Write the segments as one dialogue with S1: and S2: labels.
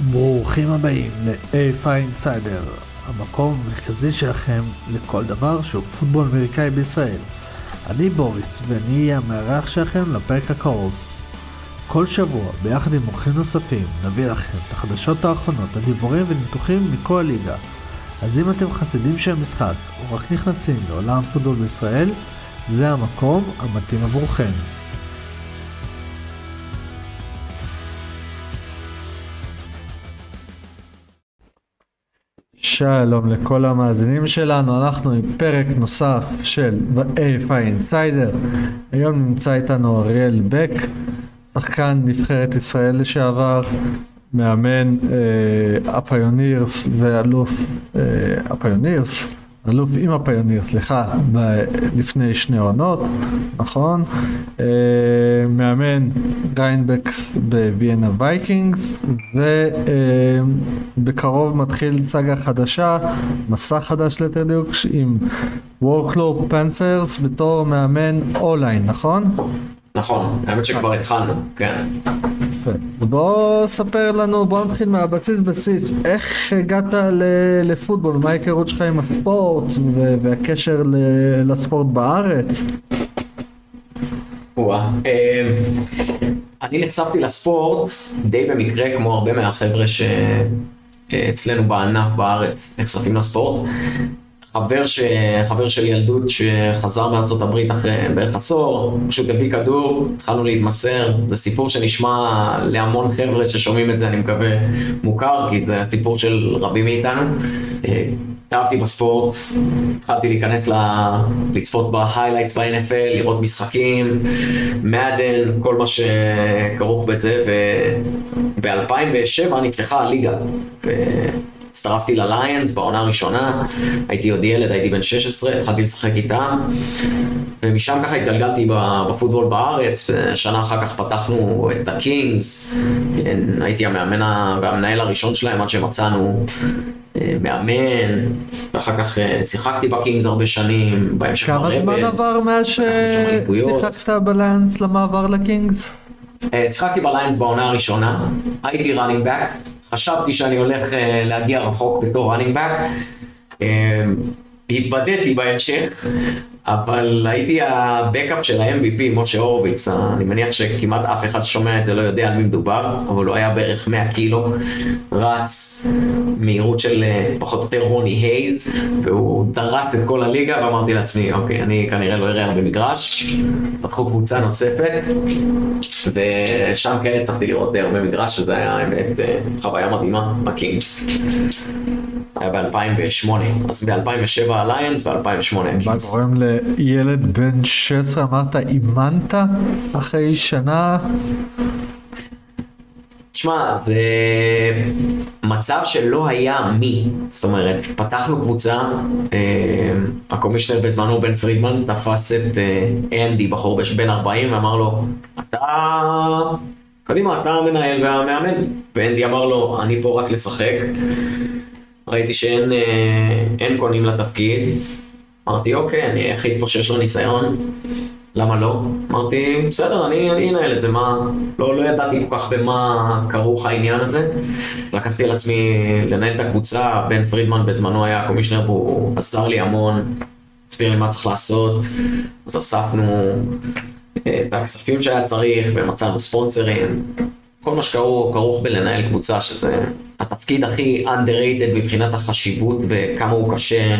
S1: ברוכים הבאים ל-AFI Insider, המקום המרכזי שלכם לכל דבר שהוא פוטבול אמריקאי בישראל. אני בוריס ואני אהיה המארח שלכם לפרק הקרוב. כל שבוע ביחד עם אורחים נוספים נביא לכם את החדשות האחרונות, הדיבורים וניתוחים מכל הליגה. אז אם אתם חסידים של המשחק או רק נכנסים לעולם פוטבול בישראל, זה המקום המתאים עבורכם. שלום לכל המאזינים שלנו, אנחנו עם פרק נוסף של AFI Insider. היום נמצא איתנו אריאל בק, שחקן נבחרת ישראל לשעבר, מאמן הפיונירס ואלוף אלוף עם הפיונירס, לפני 2 עונות, נכון? מאמן ריינבקס בוויינה וייקינגס, ובקרוב מתחיל סאגה חדשה, מסע חדש לטרדיוק, עם וורקלו פנת'רס בתור מאמן אונליין, נכון?
S2: נכון, האמת שכבר התחלנו, כן.
S1: בוא ספר לנו, בוא נתחיל מהבסיס, איך הגעת לפוטבול, מה ההיכרות שלך עם הספורט והקשר לספורט בארץ?
S2: אני נחשפתי לספורט די במקרה, כמו הרבה מהחבר'ה שאצלנו בענף בארץ נחשפים לספורט. חבר של ילדות שחזר מארצות הברית אחרי בערך עשור, פשוט הביא כדור, התחלנו להתמסר. זה סיפור שנשמע להמון חבר'ה ששומעים את זה, אני מקווה מוכר, כי זה סיפור של רבים מאיתנו. התאהבתי בספורט, התחלתי להיכנס לצפות בהיילייטס ב-NFL, לראות משחקים, מדן, כל מה שכרוך בזה, וב-2007 נפתחה הליגה. הצטרפתי לליינס בעונה הראשונה, הייתי עוד ילד, הייתי בן 16, התחלתי לשחק איתם, ומשם ככה התגלגלתי בפוטבול בארץ. שנה אחר כך פתחנו את הקינגס, הייתי המאמן והמנהל הראשון שלהם עד שמצאנו מאמן, ואחר כך שיחקתי בקינגס הרבה שנים, בהמשך
S1: הרבלס. כמה זמן עבר מאז ששיחקת בליינס למעבר לקינגס?
S2: שיחקתי בליינס בעונה הראשונה, הייתי running back, חשבתי שאני הולך להגיע רחוק בתור running back, התבדלתי בהמשך, אבל הייתי הבקאפ של ה-MVP, משה הורוביץ. אני מניח שכמעט אף אחד שומע את זה לא יודע על מי מדובר, אבל הוא היה בערך 100 קילו, רץ מהירות של פחות או יותר רוני הייז, והוא דרס את כל הליגה, ואמרתי לעצמי, אוקיי, אני כנראה לא אראה במגרש. פתחו קבוצה נוספת, ושם כן הצלחתי לראות הרבה מגרש, שזה היה באמת חוויה מדהימה בקינגס. היה ב-2008, אז ב-2007 הליינס, ב-2008 הקינגס.
S1: גורם לילד בן 16, אמרת, אימנת אחרי שנה?
S2: תשמע, זה מצב שלא היה מי. זאת אומרת, פתחנו קבוצה, הקומישנר בזמנו בן פרידמן תפס את אנדי, בחור בן 40, ואמר לו, קדימה, אתה המנהל והמאמן. ואנדי אמר לו, אני פה רק לשחק. ראיתי שאין קונים לתפקיד. אמרתי, אוקיי, אני היחיד פה שיש לו ניסיון, למה לא? אמרתי, בסדר, אני אנהל את זה, לא ידעתי כל כך במה כרוך העניין הזה. לקחתי על עצמי לנהל את הקבוצה. בן פרידמן בזמנו היה קומישנר, והוא עזר לי המון, הסביר לי מה צריך לעשות. אז אספנו את הכספים שהיה צריך, ומצאנו ספונסרים. כל מה שכרוך בלנהל קבוצה, שזה התפקיד הכי underrated מבחינת החשיבות וכמה הוא קשה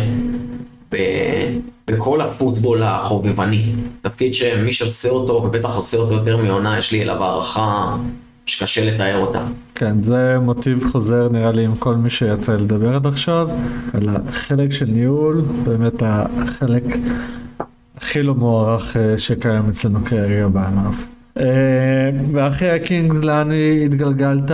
S2: בכל הפוטבול החובבני. תפקיד שמי שעושה אותו, ובטח עושה אותו יותר מעונה, יש לי אליו הערכה שקשה לתאר אותה.
S1: כן, זה מוטיב חוזר נראה לי עם כל מי שיצא לדבר עד עכשיו, על החלק של ניהול, באמת החלק הכי לא מוערך שקיים אצלנו כעירייה בענף. ואחרי הקינגס לאן התגלגלת?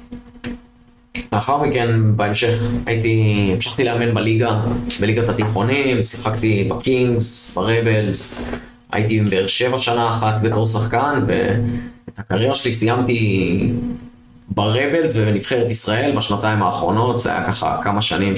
S2: לאחר מכן, בהמשך, המשכתי לאמן בליגת התיכונים, שיחקתי בקינגס, ברבלס, הייתי עם באר שבע שנה אחת בתור שחקן, ואת הקריירה שלי סיימתי ברבלס ובנבחרת ישראל בשנתיים האחרונות. זה היה ככה כמה שנים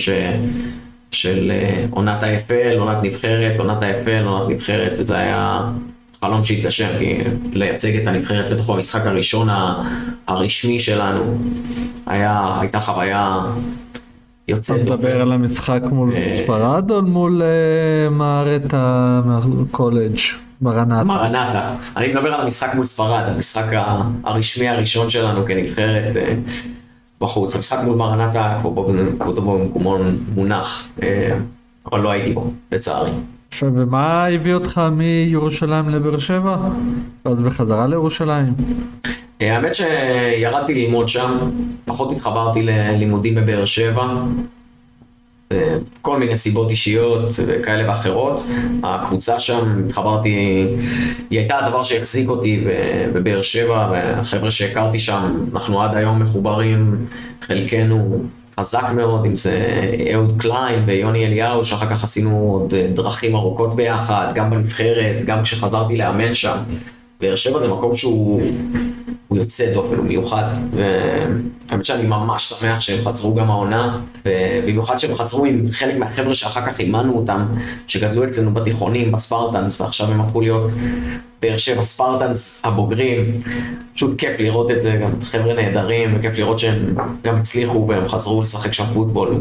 S2: של עונת ה-FL, עונת נבחרת, וזה היה חלום שהתגשם, כי לייצג את הנבחרת בתוך המשחק הראשון הרשמי שלנו, הייתה חוויה יוצאת.
S1: אתה מדבר על המשחק מול ספרד או מול מערתה מהקולג' מרנטה?
S2: מרנטה. אני מדבר על המשחק מול ספרד, המשחק הרשמי הראשון שלנו כנבחרת בחוץ. המשחק מול מרנטה, כבודו בו במקומון מונח, אבל לא הייתי בו, לצערי.
S1: ומה הביא אותך מירושלים לבאר שבע? אז בחזרה לירושלים?
S2: האמת שירדתי ללמוד שם, פחות התחברתי ללימודים בבאר שבע, כל מיני סיבות אישיות וכאלה ואחרות. הקבוצה שם, התחברתי, היא הייתה הדבר שהחזיק אותי בבאר שבע, והחבר'ה שהכרתי שם, אנחנו עד היום מחוברים, חלקנו חזק מאוד, אם זה אהוד קליין ויוני אליהו, שאחר כך עשינו עוד דרכים ארוכות ביחד, גם בנבחרת, גם כשחזרתי לאמן שם. באר שבע זה מקום שהוא יוצא דופן, הוא מיוחד, והאמת שאני ממש שמח שהם חזרו גם העונה, ובמיוחד שהם חזרו עם חלק מהחבר'ה שאחר כך אימנו אותם, שגדלו אצלנו בתיכונים, בספרטנס, ועכשיו הם הפכו להיות באר שבע ספרטנס הבוגרים. פשוט כיף לראות את זה, גם חבר'ה נהדרים, וכיף לראות שהם גם הצליחו והם חזרו לשחק שם פוטבול.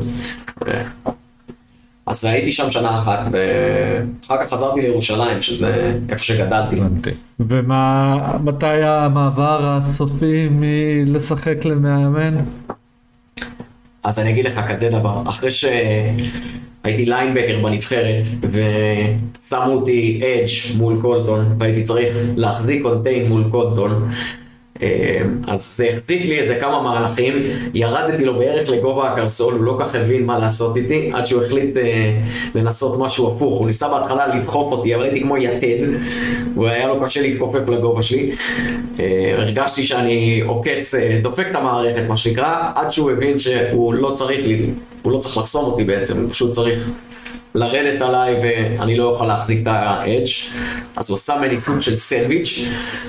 S2: אז הייתי שם שנה אחת, ואחר כך חזרתי לירושלים, שזה איפה שגדלתי.
S1: ומתי המעבר הסופי מלשחק למאמן?
S2: אז אני אגיד לך כזה דבר, אחרי שהייתי ליינבקר בנבחרת, ושמו אותי אדג' מול קולטון, והייתי צריך להחזיק קונטיין מול קולטון, אז זה החזיק לי איזה כמה מהלכים, ירדתי לו בערך לגובה הקרסול, הוא לא כך הבין מה לעשות איתי, עד שהוא החליט לנסות משהו הפוך. הוא ניסה בהתחלה לדחוף אותי, אבל הייתי כמו יתד, והיה לו קשה להתכופף לגובה שלי. הרגשתי שאני עוקץ, דופק את המערכת מה שנקרא, עד שהוא הבין שהוא לא צריך לחסום אותי בעצם, הוא פשוט צריך לרדת עליי ואני לא אוכל להחזיק את האדג'. אז הוא עשה מני סוג של סנדוויץ'.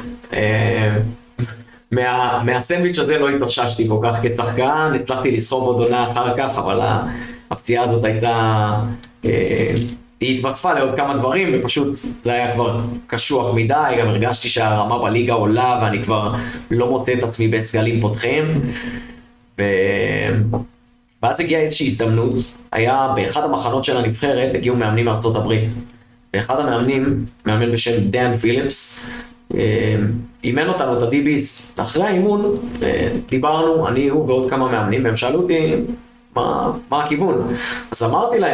S2: מהסנדוויץ' הזה לא התאוששתי כל כך כשחקן, הצלחתי לסחוב עוד עונה אחר כך, אבל הפציעה הזאת הייתה, היא התווספה לעוד כמה דברים, ופשוט זה היה כבר קשוח מדי, גם הרגשתי שהרמה בליגה עולה, ואני כבר לא מוצא את עצמי בסגלים פותחים, ואז הגיעה איזושהי הזדמנות, היה באחד המחנות של הנבחרת, הגיעו מאמנים מארצות הברית, ואחד המאמנים, מאמן בשם דן פיליפס, אימן אותנו את הדיביז. אחרי האימון דיברנו, אני, הוא ועוד כמה מאמנים, והם שאלו אותי מה הכיוון. אז אמרתי להם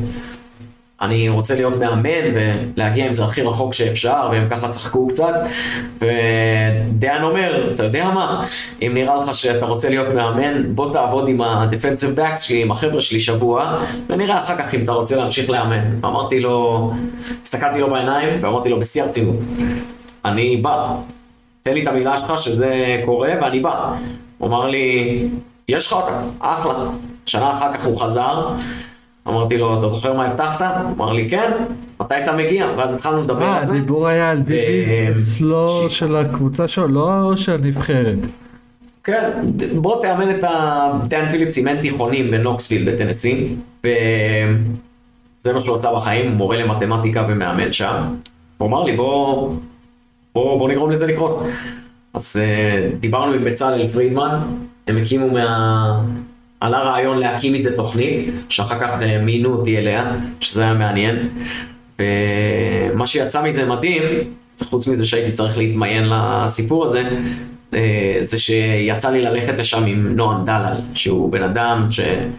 S2: שאני רוצה להיות מאמן ולהגיע עם זה הכי רחוק שאפשר, והם ככה צחקו קצת, ודן אומר, אתה יודע מה, אם נראה לך שאתה רוצה להיות מאמן, בוא תעבוד עם ה-defensive backs שלי, עם החבר'ה שלי שבוע, ונראה אחר כך אם אתה רוצה להמשיך לאמן. אמרתי לו, הסתכלתי לו בעיניים ואמרתי לו בשיא הרצינות, אני בא, תן לי את המילה שלך שזה קורה ואני בא. הוא אמר לי, יש לך אותה, אחלה. שנה אחר כך הוא חזר, אמרתי לו, אתה זוכר מה הבטחת? הוא אמר לי, כן, מתי אתה מגיע? ואז התחלנו לדבר על זה.
S1: הדיבור היה על דיביז אצלו של הקבוצה שלו, לא של הנבחרת.
S2: כן, בוא תאמן את דן פיליפס, אימן תיכונים בנוקספילד בטנסי, וזה מה שהוא עושה בחיים, הוא מורה למתמטיקה ומאמן שם. הוא אמר לי, בוא נגרום לזה לקרות. אז דיברנו עם בצלאל פרידמן, הם הקימו עלה רעיון להקים איזה תוכנית, שאחר כך מינו אותי אליה, שזה היה מעניין. ומה שיצא מזה מדהים, חוץ מזה שהייתי צריך להתמיין לסיפור הזה, זה שיצא לי ללכת לשם עם נועם דלל, שהוא בן אדם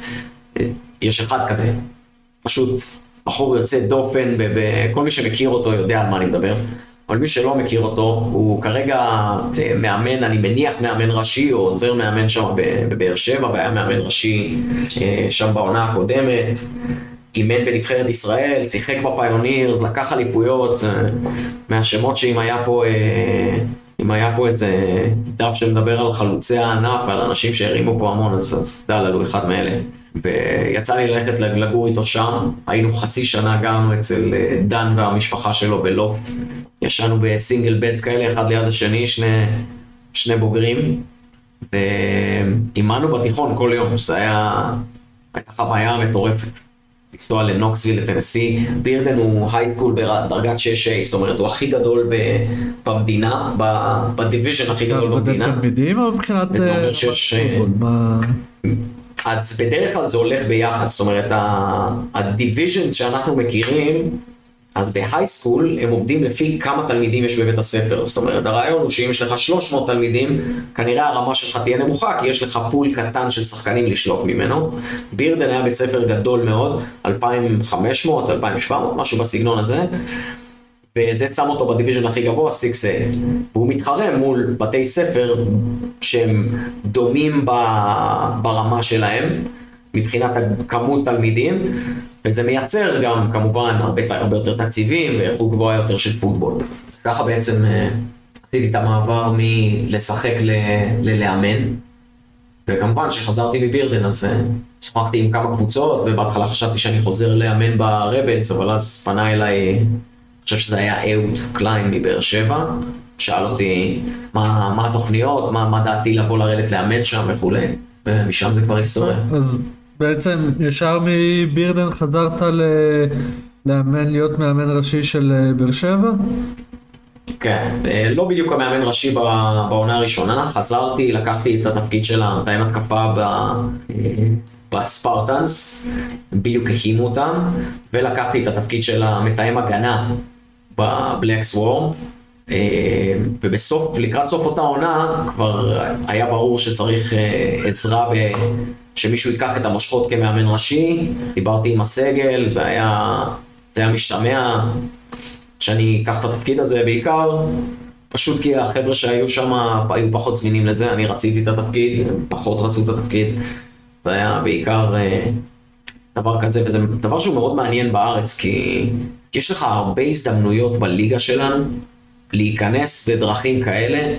S2: שיש אחד כזה, פשוט בחור יוצא דופן, כל מי שמכיר אותו יודע על מה אני מדבר. אבל מי שלא מכיר אותו, הוא כרגע מאמן, אני מניח מאמן ראשי, או עוזר מאמן שם בבאר שבע, והיה מאמן ראשי שם בעונה הקודמת, אימן בנבחרת ישראל, שיחק בפיונירס, לקח אליפויות, מהשמות שאם היה פה איזה דף שמדבר על חלוצי הענף ועל אנשים שהרימו פה המון, אז דלל הוא אחד מאלה. ויצא לי ללכת לגור איתו שם, היינו חצי שנה גרנו אצל דן והמשפחה שלו בלופט, ישנו בסינגל בדס כאלה, אחד ליד השני, שני בוגרים, ואימנו בתיכון כל יום, שזה הייתה חוויה מטורפת. לנסוע לנוקסוויל לטנסי. בירדן הוא הייסקול בדרגת 6A, זאת אומרת הוא הכי גדול במדינה, בדיוויז'ן הכי גדול במדינה.
S1: תלמידים או מבחינת...
S2: וזה אומר שיש... אז בדרך כלל זה הולך ביחד, זאת אומרת הדיוויז'נס שאנחנו מכירים, אז בהייסקול הם עובדים לפי כמה תלמידים יש בבית הספר. זאת אומרת, הרעיון הוא שאם יש לך 300 תלמידים, כנראה הרמה שלך תהיה נמוכה, כי יש לך פול קטן של שחקנים לשלוף ממנו. בירדן היה בית ספר גדול מאוד, 2,500, 2,700, משהו בסגנון הזה, וזה שם אותו בדיוויז'ן הכי גבוה, 6A. והוא מתחרה מול בתי ספר שהם דומים ברמה שלהם, מבחינת כמות תלמידים, וזה מייצר גם כמובן הרבה יותר תקציבים ואיכות גבוהה יותר של פוטבול. אז ככה בעצם עשיתי את המעבר מלשחק ללאמן, וכמובן שחזרתי מבירדן אז שוחחתי עם כמה קבוצות, ובהתחלה חשבתי שאני חוזר לאמן ברבלס, אבל אז פנה אליי, אני חושב שזה היה אהוד קליין מבאר שבע, שאל אותי מה התוכניות, מה דעתי לבוא לרדת לאמן שם וכולי, ומשם זה כבר היסטוריה.
S1: בעצם ישר מבירדן חזרת להיות מאמן ראשי של באר שבע?
S2: כן, לא בדיוק המאמן ראשי בעונה הראשונה, חזרתי, לקחתי את התפקיד של המתאם התקפה בספרטנס, בדיוק הקימו אותם, ולקחתי את התפקיד של המתאם הגנה בבלק סוורם, לקראת סוף אותה עונה כבר היה ברור שצריך עזרה שמישהו ייקח את המושכות כמאמן ראשי. דיברתי עם הסגל, זה היה משתמע שאני אקח את התפקיד הזה בעיקר, פשוט כי החבר'ה שהיו שם היו פחות זמינים לזה, אני רציתי את התפקיד, פחות רצו את התפקיד, זה היה בעיקר דבר כזה, וזה דבר שהוא מאוד מעניין בארץ, כי יש לך הרבה הזדמנויות בליגה שלנו, להיכנס בדרכים כאלה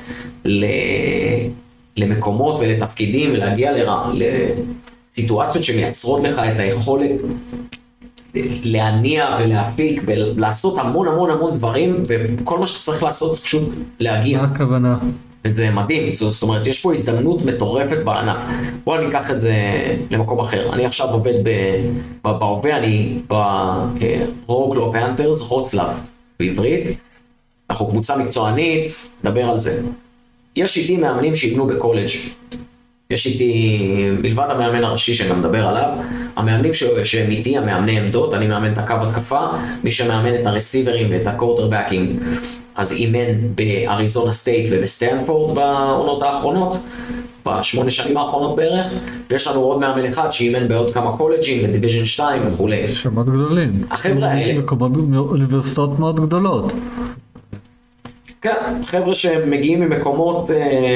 S2: למקומות ולתפקידים ולהגיע לסיטואציות שמייצרות לך את היכולת להניע ולהפיק ולעשות המון המון המון דברים, וכל מה שאתה צריך לעשות זה פשוט להגיע.
S1: מה הכוונה?
S2: וזה מדהים, זאת אומרת יש פה הזדמנות מטורפת בענף. בואו אני אקח את זה למקום אחר. אני עכשיו עובד בהווה, אני ברוקלו פנתרס, רוצלב בעברית. אנחנו קבוצה מקצוענית, נדבר על זה. יש איתי מאמנים שיבנו בקולג'. יש איתי, מלבד המאמן הראשי שגם מדבר עליו, המאמנים שהם איתי, המאמני עמדות, אני מאמן את הקו התקפה, מי שמאמן את הרסיברים ואת הקורטרבקינג, אז אימן באריזונה סטייט ובסטנפורד בעונות האחרונות, ב8 שנים האחרונות בערך, ויש לנו עוד מאמן אחד שאימן בעוד כמה קולג'ים, בדיוויז'ן 2 וכולי.
S1: שמות גדולים.
S2: החבר'ה האלה.
S1: אוניברסיטאות מאוד גדולות.
S2: כן, חבר'ה שמגיעים ממקומות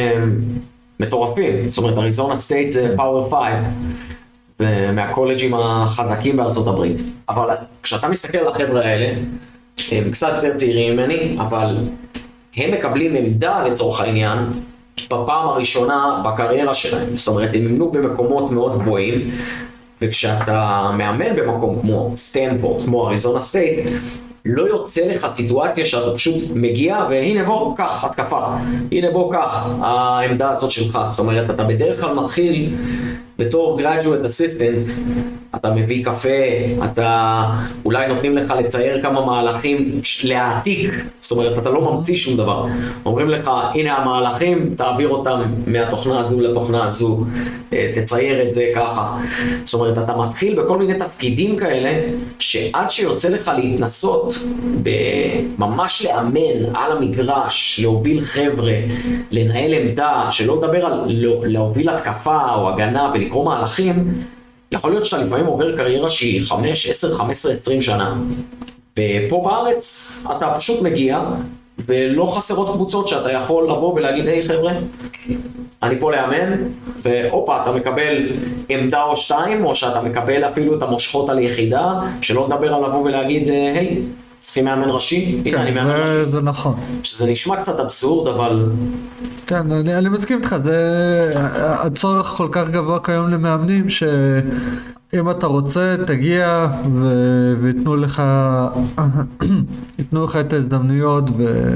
S2: מטורפים, זאת אומרת, אריזונה סטייט זה פאוור 5, זה מהקולג'ים החזקים בארצות הברית. אבל כשאתה מסתכל על החבר'ה האלה, הם קצת יותר צעירים ממני, אבל הם מקבלים עמדה לצורך העניין, בפעם הראשונה בקריירה שלהם. זאת אומרת, הם אימנו במקומות מאוד גבוהים, וכשאתה מאמן במקום כמו סטנפורד, כמו אריזונה סטייט, לא יוצא לך סיטואציה שאתה פשוט מגיע והנה בוא קח התקפה, הנה בוא קח העמדה הזאת שלך. זאת אומרת, אתה בדרך כלל מתחיל בתור graduate assistant, אתה מביא קפה, אתה אולי נותנים לך לצייר כמה מהלכים להעתיק, זאת אומרת אתה לא ממציא שום דבר, אומרים לך הנה המהלכים, תעביר אותם מהתוכנה הזו לתוכנה הזו, תצייר את זה ככה. זאת אומרת אתה מתחיל בכל מיני תפקידים כאלה שעד שיוצא לך להתנסות ממש לאמן על המגרש, להוביל חבר'ה, לנהל עמדה, שלא לדבר על להוביל התקפה או הגנה ולקרוא מהלכים, יכול להיות שאתה לפעמים עובר קריירה שהיא 5, 10, 15, 20 שנה. ופה בארץ אתה פשוט מגיע, ולא חסרות קבוצות שאתה יכול לבוא ולהגיד, היי חבר'ה, אני פה לאמן, ואופה, אתה מקבל עמדה או שתיים, או שאתה מקבל אפילו את המושכות על יחידה, שלא לדבר על לבוא ולהגיד, היי, צריכים מאמן ראשי? הנה, אני מאמן ראשי.
S1: זה נכון.
S2: שזה נשמע קצת אבסורד, אבל...
S1: כן, אני מסכים איתך, זה הצורך כל כך גבוה כיום למאמנים, שאם אתה רוצה, תגיע ויתנו לך את ההזדמנויות,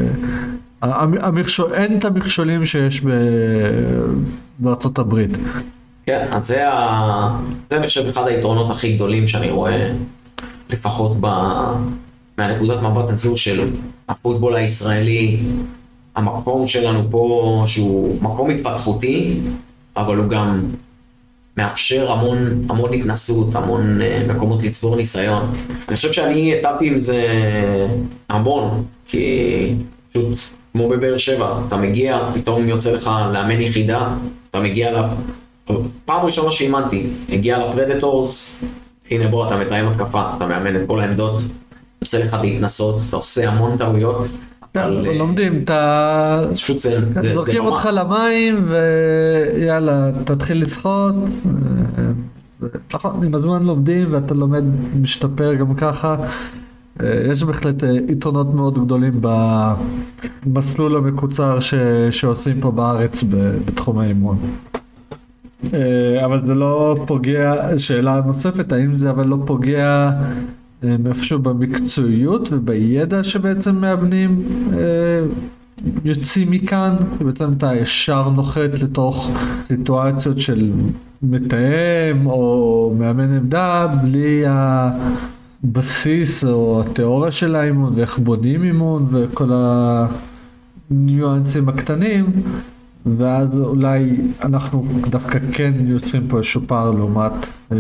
S1: אין את המכשולים שיש בארצות הברית.
S2: כן, אז זה אני חושב אחד היתרונות הכי גדולים שאני רואה לפחות מהנקודת מבט הזו של הפוטבול הישראלי, המקום שלנו פה שהוא מקום התפתחותי, אבל הוא גם מאפשר המון התנסות, המון מקומות לצבור ניסיון. אני חושב שאני הטבתי עם זה המון, כי פשוט כמו בבאר שבע, אתה מגיע, פתאום יוצא לך לאמן יחידה, אתה מגיע פעם ראשונה שאימנתי, הגיע לפרדטורס, הנה בוא, אתה מתאם התקפה, אתה מאמן את כל העמדות, יוצא לך להתנסות, אתה עושה המון טעויות.
S1: לומדים, זורקים אותך למים ויאללה, תתחיל לשחות. נכון, עם הזמן לומדים ואתה לומד, משתפר גם ככה. יש בהחלט יתרונות מאוד גדולים במסלול המקוצר שעושים פה בארץ בתחום האימון. אבל זה לא פוגע, שאלה נוספת, האם זה אבל לא פוגע איפשהו במקצועיות ובידע שבעצם מאמנים יוצאים מכאן, ובעצם אתה ישר נוחת לתוך סיטואציות של מתאם או מאמן עמדה בלי הבסיס או התיאוריה של האימון ואיך בונים אימון וכל הניואנסים הקטנים, ואז אולי אנחנו דווקא כן יוצרים פה איזשהו פער לעומת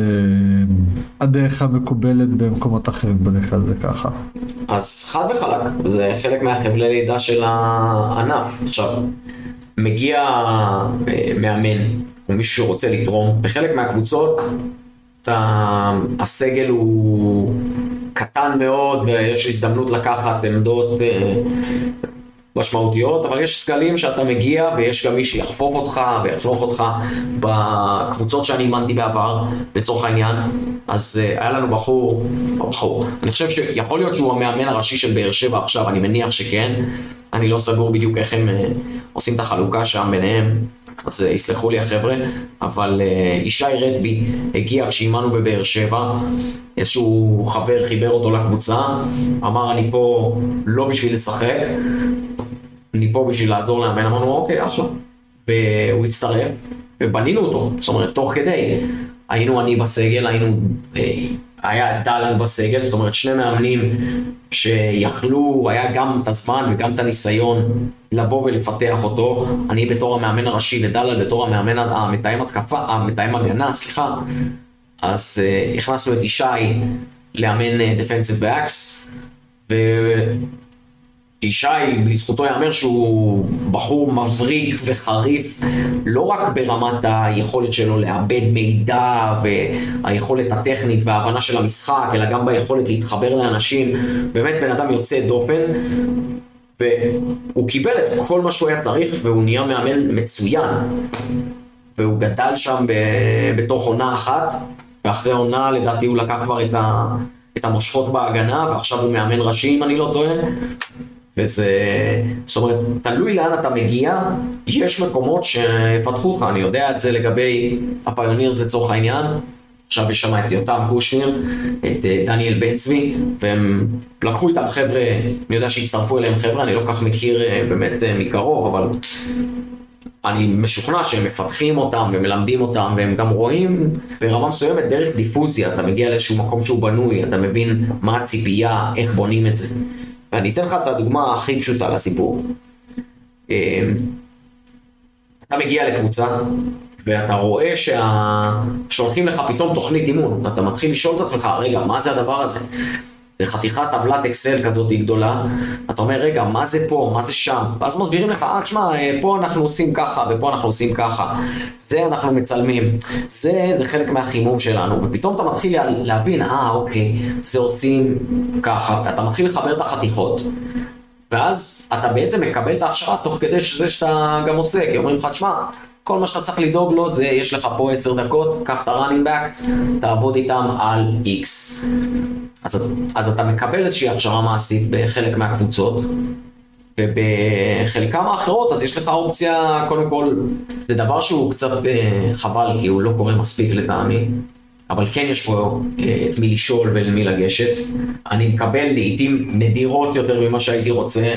S1: הדרך המקובלת במקומות אחרים בדרך כלל זה ככה.
S2: אז חד וחלק, זה חלק מהחבלי לידה של הענף. עכשיו, מגיע מאמן או מישהו שרוצה לתרום, בחלק מהקבוצות הסגל הוא קטן מאוד ויש הזדמנות לקחת עמדות משמעותיות, אבל יש סגלים שאתה מגיע ויש גם מי שיחפוף אותך ויחלוך אותך. בקבוצות שאני אימנתי בעבר, לצורך העניין, אז היה לנו בחור, אני חושב שיכול להיות שהוא המאמן הראשי של באר שבע עכשיו, אני מניח שכן, אני לא סגור בדיוק איך הם עושים את החלוקה שם ביניהם, אז יסלחו לי החבר'ה, אבל ישי רטבי הגיע כשאימנו בבאר שבע, איזשהו חבר חיבר אותו לקבוצה, אמר אני פה לא בשביל לשחק, אני פה בשביל לעזור לאמן, אמרנו אוקיי אחלה, והוא הצטרף ובנינו אותו, זאת אומרת תוך כדי היינו אני בסגל, היה דלן בסגל, זאת אומרת שני מאמנים שיכלו, היה גם את הזמן וגם את הניסיון לבוא ולפתח אותו, אני בתור המאמן הראשי ודלן בתור המאמן המתאם הגנה, סליחה, אז הכנסנו את ישי לאמן דפנסיב באקס, ישי, לזכותו יאמר שהוא בחור מבריק וחריף, לא רק ברמת היכולת שלו לאבד מידע והיכולת הטכנית וההבנה של המשחק, אלא גם ביכולת להתחבר לאנשים, באמת בן אדם יוצא דופן, והוא קיבל את כל מה שהוא היה צריך, והוא נהיה מאמן מצוין, והוא גדל שם בתוך עונה אחת, ואחרי עונה לדעתי הוא לקח כבר את המושכות בהגנה, ועכשיו הוא מאמן ראשי אם אני לא טועה, וזה, זאת אומרת, תלוי לאן אתה מגיע, יש מקומות שפתחו אותך, אני יודע את זה לגבי הפיונירס לצורך העניין, עכשיו יש שם את יותם קושניר, את דניאל בן צבי, והם לקחו איתם חבר'ה, אני יודע שהצטרפו אליהם חבר'ה, אני לא כך מכיר באמת מקרוב, אבל אני משוכנע שהם מפתחים אותם ומלמדים אותם, והם גם רואים ברמה מסוימת דרך דיפוזיה, אתה מגיע לאיזשהו מקום שהוא בנוי, אתה מבין מה הציפייה, איך בונים את זה. ואני אתן לך את הדוגמה הכי פשוטה לסיפור. אתה מגיע לקבוצה, ואתה רואה שולחים לך פתאום תוכנית אימון, אתה מתחיל לשאול את עצמך, רגע, מה זה הדבר הזה? זה חתיכת טבלת אקסל כזאת גדולה, אתה אומר, רגע, מה זה פה, מה זה שם? ואז מסבירים לך, תשמע, פה אנחנו עושים ככה, ופה אנחנו עושים ככה, זה אנחנו מצלמים, זה חלק מהחימום שלנו, ופתאום אתה מתחיל להבין, אוקיי, זה עושים ככה, אתה מתחיל לחבר את החתיכות, ואז אתה בעצם מקבל את ההכשרה תוך כדי שזה שאתה גם עושה, כי אומרים לך, תשמע, כל מה שאתה צריך לדאוג לו זה, יש לך פה 10 דקות, קח את ה-running backs, תעבוד איתם על X. אז אתה מקבל איזושהי הכשרה מעשית בחלק מהקבוצות, ובחלקם האחרות, אז יש לך אופציה, קודם כל, זה דבר שהוא קצת חבל, כי הוא לא קורה מספיק לטעמי, אבל כן יש פה את מי לשאול ולמי לגשת. אני מקבל לעתים נדירות יותר ממה שהייתי רוצה,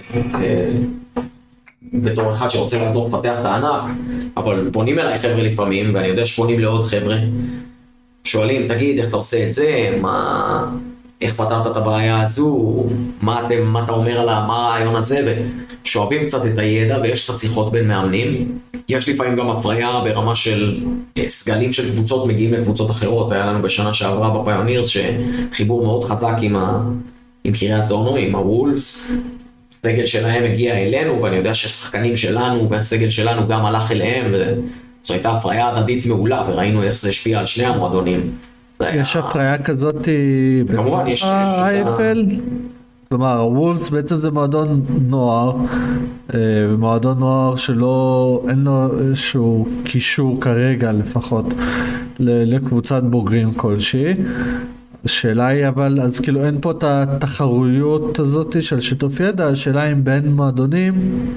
S2: בתור אחד שרוצה לעזור לפתח את הענף, אבל פונים אליי חבר'ה לפעמים, ואני יודע שפונים לעוד חבר'ה, שואלים, תגיד, איך אתה עושה את זה? איך פתרת את הבעיה הזו, מה אתה אומר מה הרעיון הזה, ושואבים קצת את הידע ויש קצת שיחות בין מאמנים. יש לפעמים גם הפריה ברמה של סגלים של קבוצות מגיעים לקבוצות אחרות. היה לנו בשנה שעברה בפיונירס שחיבור מאוד חזק עם קריית אונו, עם הוולס. הסגל שלהם הגיע אלינו, ואני יודע ששחקנים שלנו והסגל שלנו גם הלך אליהם, וזו הייתה הפריה הדדית מעולה, וראינו איך זה השפיע על שני המועדונים.
S1: יש הפריה כזאת
S2: כמובן, יש
S1: ה-AFL, כלומר הוולס בעצם זה מועדון נוער, מועדון נוער שלא, אין לו איזשהו קישור כרגע לפחות לקבוצת בוגרים כלשהי. השאלה היא אבל, אז כאילו אין פה את התחרויות הזאת של שיתוף ידע, השאלה אם בין מועדונים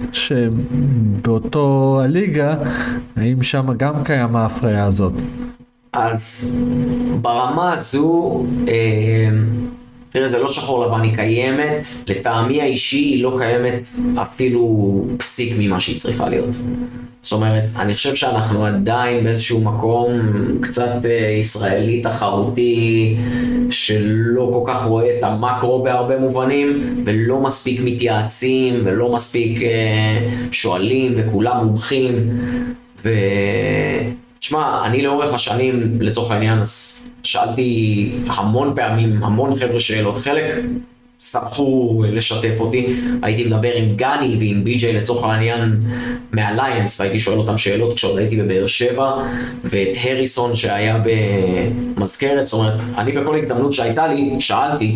S1: שבאותו הליגה, האם שם גם קיים ההפריה הזאת?
S2: אז ברמה הזו, תראה, זה לא שחור לבן, היא קיימת, לטעמי האישי היא לא קיימת אפילו פסיק ממה שהיא צריכה להיות. זאת אומרת, אני חושב שאנחנו עדיין באיזשהו מקום קצת ישראלי תחרותי, שלא כל כך רואה את המקרו בהרבה מובנים, ולא מספיק מתייעצים, ולא מספיק שואלים, וכולם מומחים. תשמע, אני לאורך השנים, לצורך העניין, שאלתי המון פעמים, המון חבר'ה שאלות, חלק שמחו לשתף אותי, הייתי מדבר עם גני ועם בי-ג'יי לצורך העניין מהליינס, והייתי שואל אותם שאלות כשעוד הייתי בבאר שבע, ואת הריסון שהיה במזכרת, זאת אומרת, אני בכל הזדמנות שהייתה לי, שאלתי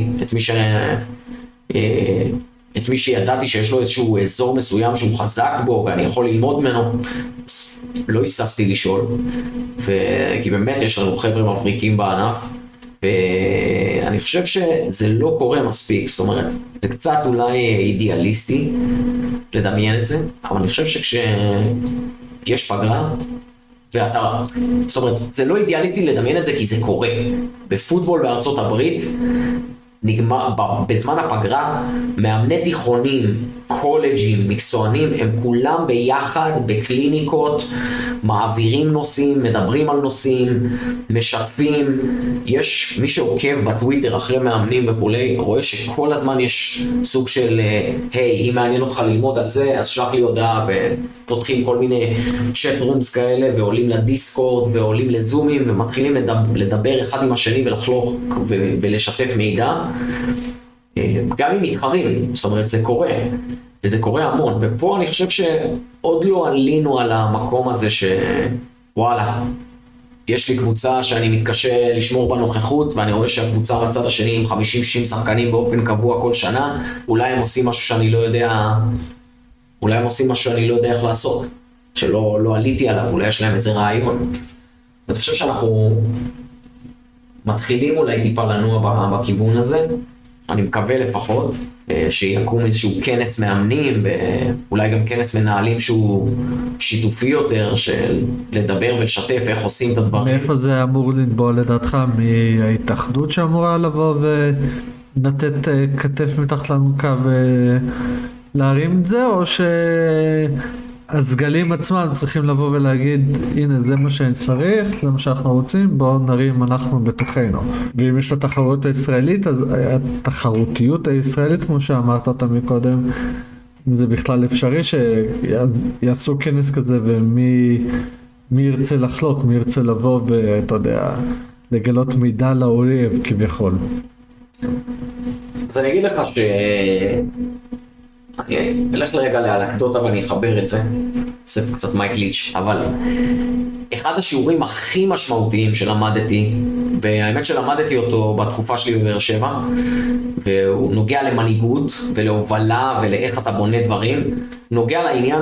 S2: את מי שידעתי שיש לו איזשהו אזור מסוים שהוא חזק בו, ואני יכול ללמוד ממנו, לא היססתי לשאול, כי באמת יש לנו חבר'ה מבריקים בענף, ואני חושב שזה לא קורה מספיק, זאת אומרת, זה קצת אולי אידיאליסטי לדמיין את זה, אבל אני חושב שכשיש פגרה, זאת אומרת, זה לא אידיאליסטי לדמיין את זה כי זה קורה. בפוטבול בארצות הברית, נגמר, בזמן הפגרה, מאמני תיכונים, קולג'ים, מקצוענים, הם כולם ביחד בקליניקות, מעבירים נושאים, מדברים על נושאים, משתפים. יש מי שעוקב בטוויטר אחרי מאמנים וכולי, רואה שכל הזמן יש סוג של, היי, אם מעניין אותך ללמוד על זה, אז שלח לי הודעה, ופותחים כל מיני צ'אט רומס כאלה, ועולים לדיסקורד, ועולים לזומים, ומתחילים לדבר אחד עם השני ולחלוק ולשתף מידע. גם עם מתחרים, זאת אומרת זה קורה, וזה קורה המון, ופה אני חושב שעוד לא עלינו על המקום הזה שוואלה, יש לי קבוצה שאני מתקשה לשמור בנוכחות, ואני רואה שהקבוצה בצד השני עם 50-60 שחקנים באופן קבוע כל שנה, אולי הם עושים משהו שאני לא יודע, איך לעשות, שלא עליתי עליו, אולי יש להם איזה רעיון. אני חושב שאנחנו מתחילים אולי טיפה לנוע בכיוון הזה, אני מקווה לפחות שיקום איזשהו כנס מאמנים, ואולי גם כנס מנהלים שהוא שיתופי יותר, של לדבר ולשתף איך עושים את הדברים.
S1: מאיפה זה אמור לנבוע לדעתך? מההתאחדות שאמורה לבוא ולתת כתף מתחת לאלונקה ולהרים את זה, או הסגלים עצמם צריכים לבוא ולהגיד, הנה זה מה שאני צריך, זה מה שאנחנו רוצים, בואו נרים אנחנו בתוכנו. ואם יש לתחרות הישראלית, אז התחרותיות הישראלית, כמו שאמרת אותה מקודם, אם זה בכלל אפשרי שיעשו כנס כזה, ומי ירצה לחלוק, מי ירצה לבוא ואתה יודע, לגלות מידע לאויב כביכול.
S2: אז אני אגיד לך אני אלך לרגע לאנקדוטה ואני אחבר את זה, אסף קצת מייק ליץ', אבל אחד השיעורים הכי משמעותיים שלמדתי, והאמת שלמדתי אותו בתקופה שלי בבאר שבע, והוא נוגע למנהיגות ולהובלה ולאיך אתה בונה דברים, נוגע לעניין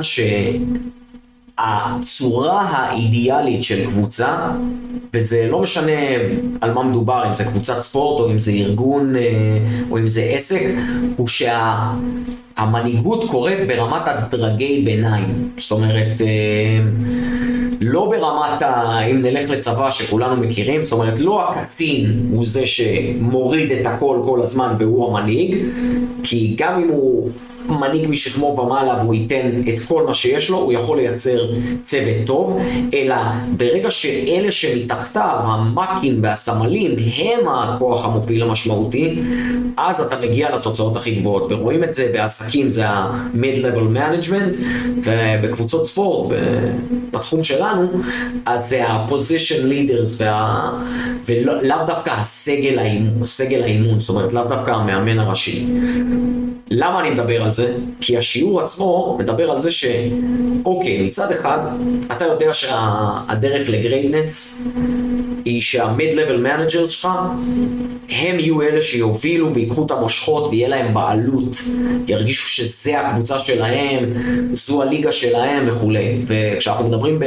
S2: שהצורה האידיאלית של קבוצה, וזה לא משנה על מה מדובר, אם זה קבוצת ספורט או אם זה ארגון או אם זה עסק, הוא המנהיגות קורית ברמת הדרגי ביניים, זאת אומרת, לא ברמת אם נלך לצבא שכולנו מכירים, זאת אומרת, לא הקצין הוא זה שמוריד את הכל כל הזמן והוא המנהיג, כי גם אם הוא מנהיג משכמו ומעלה והוא ייתן את כל מה שיש לו, הוא יכול לייצר צוות טוב, אלא ברגע שאלה שמתחתיו, המקים והסמלים, הם הכוח המוביל המשמעותי, אז אתה מגיע לתוצאות הכי גבוהות, ורואים את זה בעסקים, זה ה-mid-level management, ובקבוצות ספורט, בתחום שלנו, אז זה ה-position leaders, ולאו דווקא הסגל האימון, זאת אומרת, לאו דווקא המאמן הראשי. למה אני מדבר על זה? כי השיעור עצמו מדבר על זה אוקיי, מצד אחד, אתה יודע שהדרך לגרייטנס היא שה-mid-level managers שלך, הם יהיו אלה שיובילו ויקחו את המושכות ויהיה להם בעלות, ירגישו שזה הקבוצה שלהם, זו הליגה שלהם וכו'. וכשאנחנו מדברים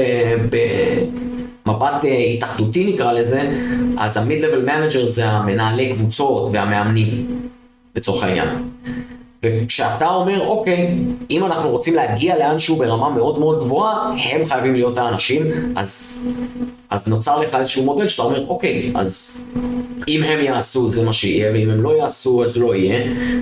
S2: במבט התאחדותי נקרא לזה, אז ה-mid-level managers זה המנהלי קבוצות והמאמנים, לצורך העניין. וכשאתה אומר, אוקיי, אם אנחנו רוצים להגיע לאנשהו ברמה מאוד מאוד גבוהה, הם חייבים להיות האנשים, אז נוצר לך איזשהו מודל שאתה אומר, אוקיי, אז אם הם יעשו זה מה שיהיה, ואם הם לא יעשו אז לא יהיה,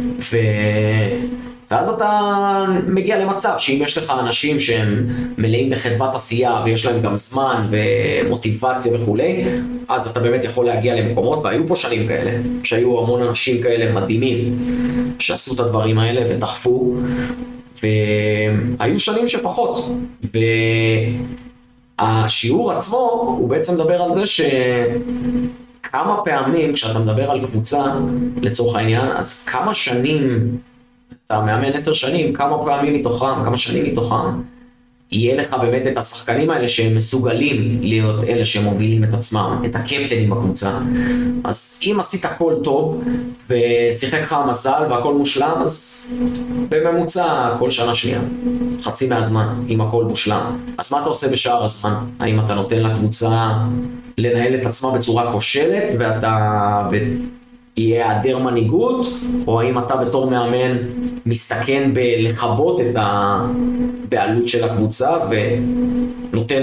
S2: ואז אתה מגיע למצב שאם יש לך אנשים שהם מלאים בחדוות עשייה ויש להם גם זמן ומוטיבציה וכו', אז אתה באמת יכול להגיע למקומות, והיו פה שנים כאלה, שהיו המון אנשים כאלה מדהימים שעשו את הדברים האלה ודחפו, והיו שנים שפחות. והשיעור עצמו הוא בעצם מדבר על זה שכמה פעמים כשאתה מדבר על קבוצה לצורך העניין, אז כמה שנים אתה מאמן 10 שנים, כמה שנים מתוכם, יהיה לך באמת את השחקנים האלה שהם מסוגלים להיות אלה שמובילים את עצמם, את הקפטנים בקבוצה. אז אם עשית הכל טוב, ושיחק לך המזל והכל מושלם, אז בממוצע כל שנה שנייה, חצי מהזמן, אם הכל מושלם. אז מה אתה עושה בשאר הזמן? האם אתה נותן לקבוצה לנהל את עצמה בצורה כושלת, יהיה היעדר מנהיגות, או האם אתה בתור מאמן מסתכן בלכבות את הבעלות של הקבוצה ונותן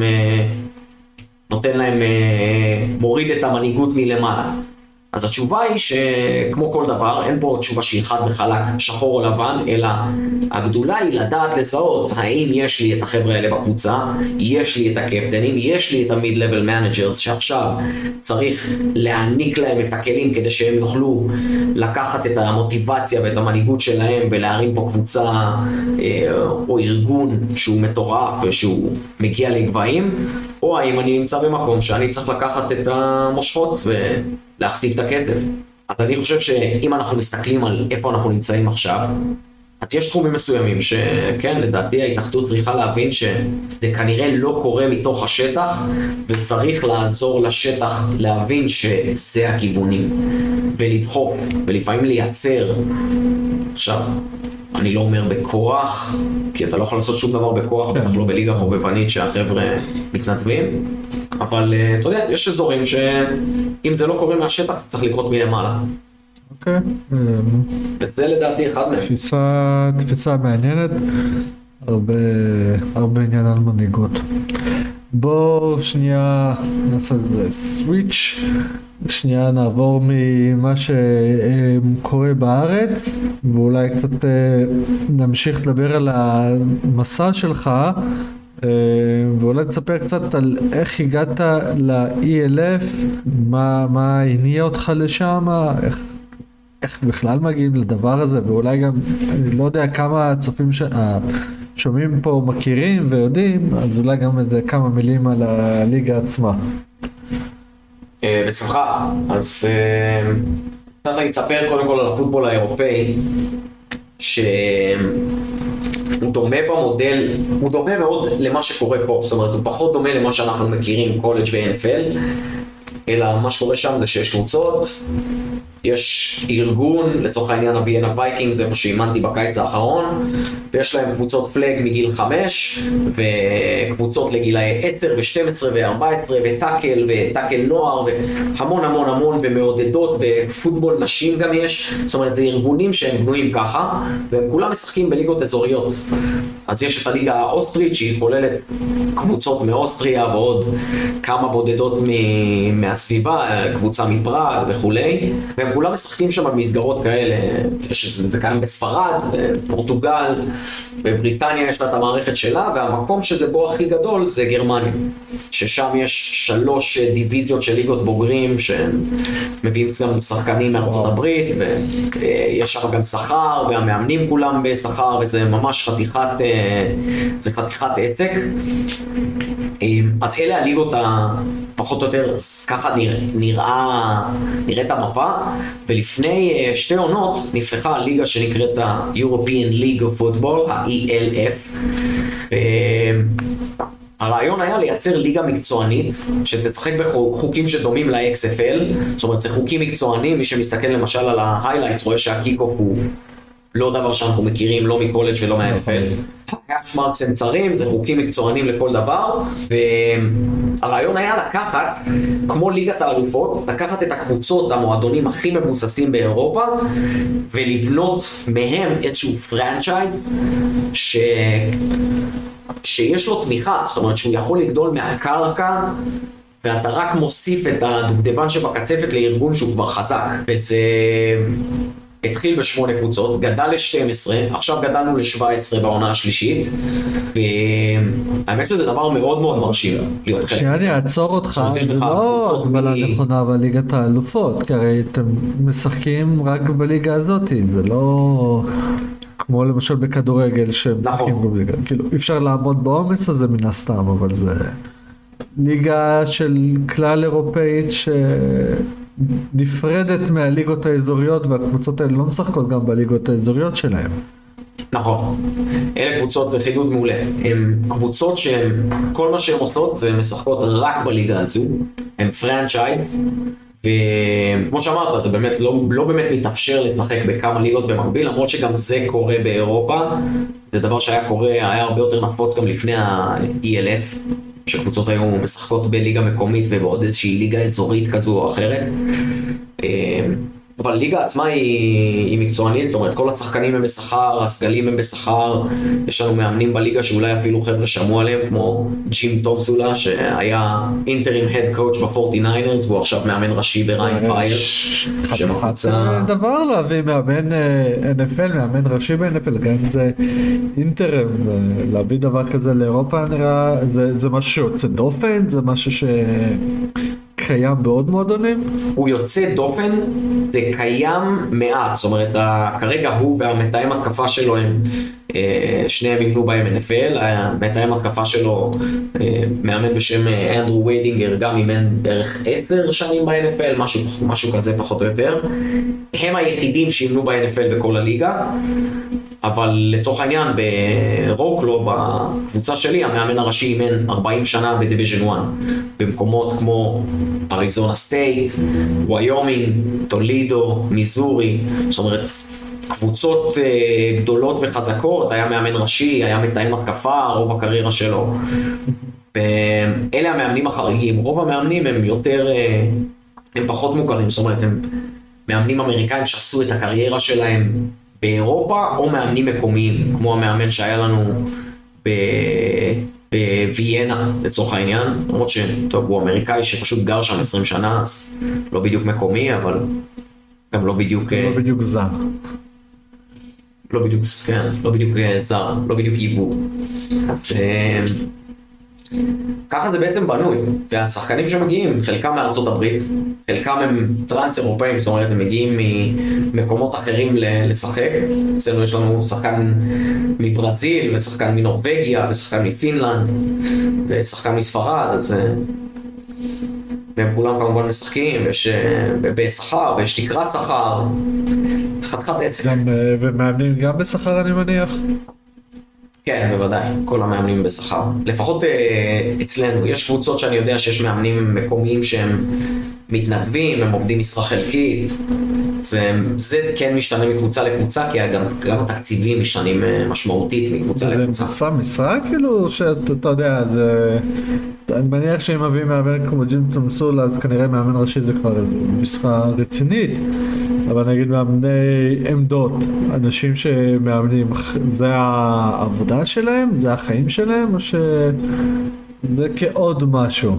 S2: להם מוריד את המנהיגות מלמעלה. אז התשובה היא שכמו כל דבר, אין פה תשובה שהיא חד וחלק, שחור או לבן, אלא הגדולה היא לדעת לזהות האם יש לי את החבר'ה האלה בקבוצה, יש לי את הקפטנים, יש לי את ה-mid-level managers שעכשיו צריך להעניק להם את הכלים כדי שהם יוכלו לקחת את המוטיבציה ואת המנהיגות שלהם ולהרים פה קבוצה או ארגון שהוא מטורף ושהוא מגיע לגבהים, או האם אני נמצא במקום שאני צריך לקחת את המושכות ולהכתיב את הקצב. אז אני חושב שאם אנחנו מסתכלים על איפה אנחנו נמצאים עכשיו, אז יש תחומים מסוימים שכן, לדעתי ההתאחדות צריכה להבין שזה כנראה לא קורה מתוך השטח, וצריך לעזור לשטח להבין שזה הכיוונים, ולדחוף, ולפעמים לייצר. עכשיו, אני לא אומר בכוח, כי אתה לא יכול לעשות שום דבר בכוח, בטח לא בליגה חובבנית שהחבר'ה מתנדבים, אבל אתה יודע, יש אזורים שאם זה לא קורה מהשטח, זה צריך לקרות מלמעלה.
S1: אוקיי.
S2: וזה לדעתי אחד מהם.
S1: תפיסה מעניינת, הרבה עניין על מנהיגות. בואו שנייה נעשה סוויץ', שנייה נעבור ממה שקורה בארץ, ואולי קצת נמשיך לדבר על המסע שלך, ואולי תספר קצת על איך הגעת ל-ELF, מה הניע אותך לשם, איך בכלל מגיעים לדבר הזה, ואולי גם, אני לא יודע כמה הצופים שומעים פה מכירים ויודעים, אז אולי גם איזה כמה מילים על הליגה עצמה.
S2: בשמחה, אז קצת אני אספר קודם כל על הפוטבול האירופאי, שהוא דומה במודל, הוא דומה מאוד למה שקורה פה, זאת אומרת הוא פחות דומה למה שאנחנו מכירים קולג' ו-NFL, אלא מה שקורה שם זה שיש קבוצות, יש ארגון, לצורך העניין הוויינה וייקינגס, זה מה שאימנתי בקיץ האחרון, ויש להם קבוצות פלג מגיל 5, וקבוצות לגילאי 10 ו-12 ו-14, וטאקל נוער, והמון המון המון, ומעודדות, ופוטבול נשים גם יש, זאת אומרת זה ארגונים שהם בנויים ככה, והם כולם משחקים בליגות אזוריות. אז יש את הליגה האוסטרית שהיא כוללת קבוצות מאוסטריה ועוד כמה בודדות מהסביבה, קבוצה מפראג וכולי, והם כולם משחקים שם במסגרות כאלה, זה קיים בספרד, בפורטוגל, בבריטניה יש לה את המערכת שלה, והמקום שזה בו הכי גדול זה גרמניה, ששם יש 3 דיוויזיות של ליגות בוגרים שמביאים גם שחקנים מארצות הברית, ויש שם גם שכר, והמאמנים כולם בשכר, וזה ממש חתיכת עסק. אז אלה הליגות פחות או יותר, ככה נראית המפה, ולפני 2 עונות נפתחה הליגה שנקראת ה-European League of Football, ה-ELF. הרעיון היה לייצר ליגה מקצוענית שתשחק בחוקים שדומים ל-XFL, זאת אומרת, זה חוקים מקצוענים, מי שמסתכל למשל על ה-highlights רואה שהקיק-אוף הוא לא דבר שאנחנו מכירים, לא מקולג' ולא מה-NFL. השמרקס הם צרים, זה חוקים מקצוענים לכל דבר, והרעיון היה לקחת, כמו ליגת האלופות, לקחת את הקבוצות, המועדונים הכי מבוססים באירופה, ולבנות מהם איזשהו פרנצ'ייז שיש לו תמיכה, זאת אומרת שהוא יכול לגדול מהקרקע, ואתה רק מוסיף את הדובדבן שבקצפת לארגון שהוא כבר חזק. וזה התחיל ב8 קבוצות, גדל ל12, עכשיו גדלנו ל17 בעונה השלישית, והאמת שזה דבר מאוד מאוד מרשים להיות חלק.
S1: אני אעצור אותך, זה לא הגבלה נכונה בליגת האלופות, כי הרי אתם משחקים רק בליגה הזאת, זה לא כמו למשל בכדורגל שמשחקים בליגה, כאילו אי אפשר לעמוד בעומס הזה מן הסתם, אבל זה ליגה של כלל אירופאית שנפרדת מהליגות האזוריות, והקבוצות האלה לא משחקות גם בליגות האזוריות שלהם.
S2: נכון, אלה קבוצות, זה חידוד מעולה, הן קבוצות שהן, כל מה שהן עושות זה משחקות רק בליגה הזו, הן פרנצ'ייז, וכמו שאמרת, זה באמת לא באמת מתאפשר לשחק בכמה ליגות במקביל, למרות שגם זה קורה באירופה, זה דבר היה הרבה יותר נפוץ גם לפני ה-ELF, שקבוצות היו משחקות בליגה מקומית ובעוד איזושהי ליגה אזורית כזו או אחרת. אבל הליגה עצמה היא מקצוענית, זאת אומרת, כל השחקנים הם בשכר, הסגלים הם בשכר, יש לנו מאמנים בליגה שאולי אפילו חבר'ה שמעו עליהם, כמו ג'ים טומסולה, שהיה אינטרים הד קואוץ' ב-49ers, והוא עכשיו מאמן ראשי בריין פייר.
S1: זה דבר להביא מאמן NFL, מאמן ראשי ב-NFL, גם זה אינטרם, להביא דבר כזה לאירופה נראה, זה משהו שיוצא דופן, זה משהו קיים בעוד מועדונים?
S2: הוא יוצא דופן, זה קיים מעט, זאת אומרת, כרגע הוא והמתאם התקפה שלו הם, שניהם אימנו בהם NFL, המתאם התקפה שלו מאמן בשם אנדרו ויידינגר, גם אימן בערך 10 שנים ב-NFL, משהו כזה פחות או יותר. הם היחידים שאימנו ב-NFL בכל הליגה, אבל לצורך העניין ברוקלו, בקבוצה שלי, המאמן הראשי אימן 40 שנה בדיוויז'ן 1, במקומות כמו אריזונה סטייט, וויומינג, טולידו, מיזורי, זאת אומרת, קבוצות גדולות וחזקות, היה מאמן ראשי, היה מתאם התקפה, רוב הקריירה שלו. אלה המאמנים החריגים, רוב המאמנים הם יותר, הם פחות מוכרים, זאת אומרת, הם מאמנים אמריקאים שעשו את הקריירה שלהם באירופה, או מאמנים מקומיים, כמו המאמן שהיה לנו בוויינה, לצורך העניין, למרות שטוב, הוא אמריקאי שפשוט גר שם 20 שנה, אז לא בדיוק מקומי, אבל גם לא בדיוק
S1: זר.
S2: לא בדיוק זר, לא בדיוק ייבוא. אז ככה זה בעצם בנוי, והשחקנים שמגיעים, חלקם מארצות הברית, חלקם הם טרנס אירופאים, זאת אומרת, הם מגיעים ממקומות אחרים לשחק. אצלנו יש לנו שחקן מברזיל, ושחקן מנורווגיה, ושחקן מפינלנד, ושחקן מספרד, אז והם כולם כמובן משחקים, ויש בשכר, ויש תקרת שכר, חתיכת עסק.
S1: ומאמנים גם בשכר אני מניח?
S2: כן, בוודאי, כל המאמנים בשכר. לפחות אצלנו, יש קבוצות שאני יודע שיש מאמנים מקומיים שהם מתנדבים, הם עובדים משרה חלקית. זה כן משתנה מקבוצה לקבוצה, כי גם התקציבים משתנים משמעותית מקבוצה לקבוצה.
S1: זה משרה כאילו שאתה יודע, אני מניח שאם מביאים מאמן כמו ג'ים תומסול, אז כנראה מאמן ראשי זה כבר איזו משרה רצינית. אבל נגיד מאמני עמדות, אנשים שמאמנים, זה העבודה שלהם? זה החיים שלהם? או שזה כעוד משהו?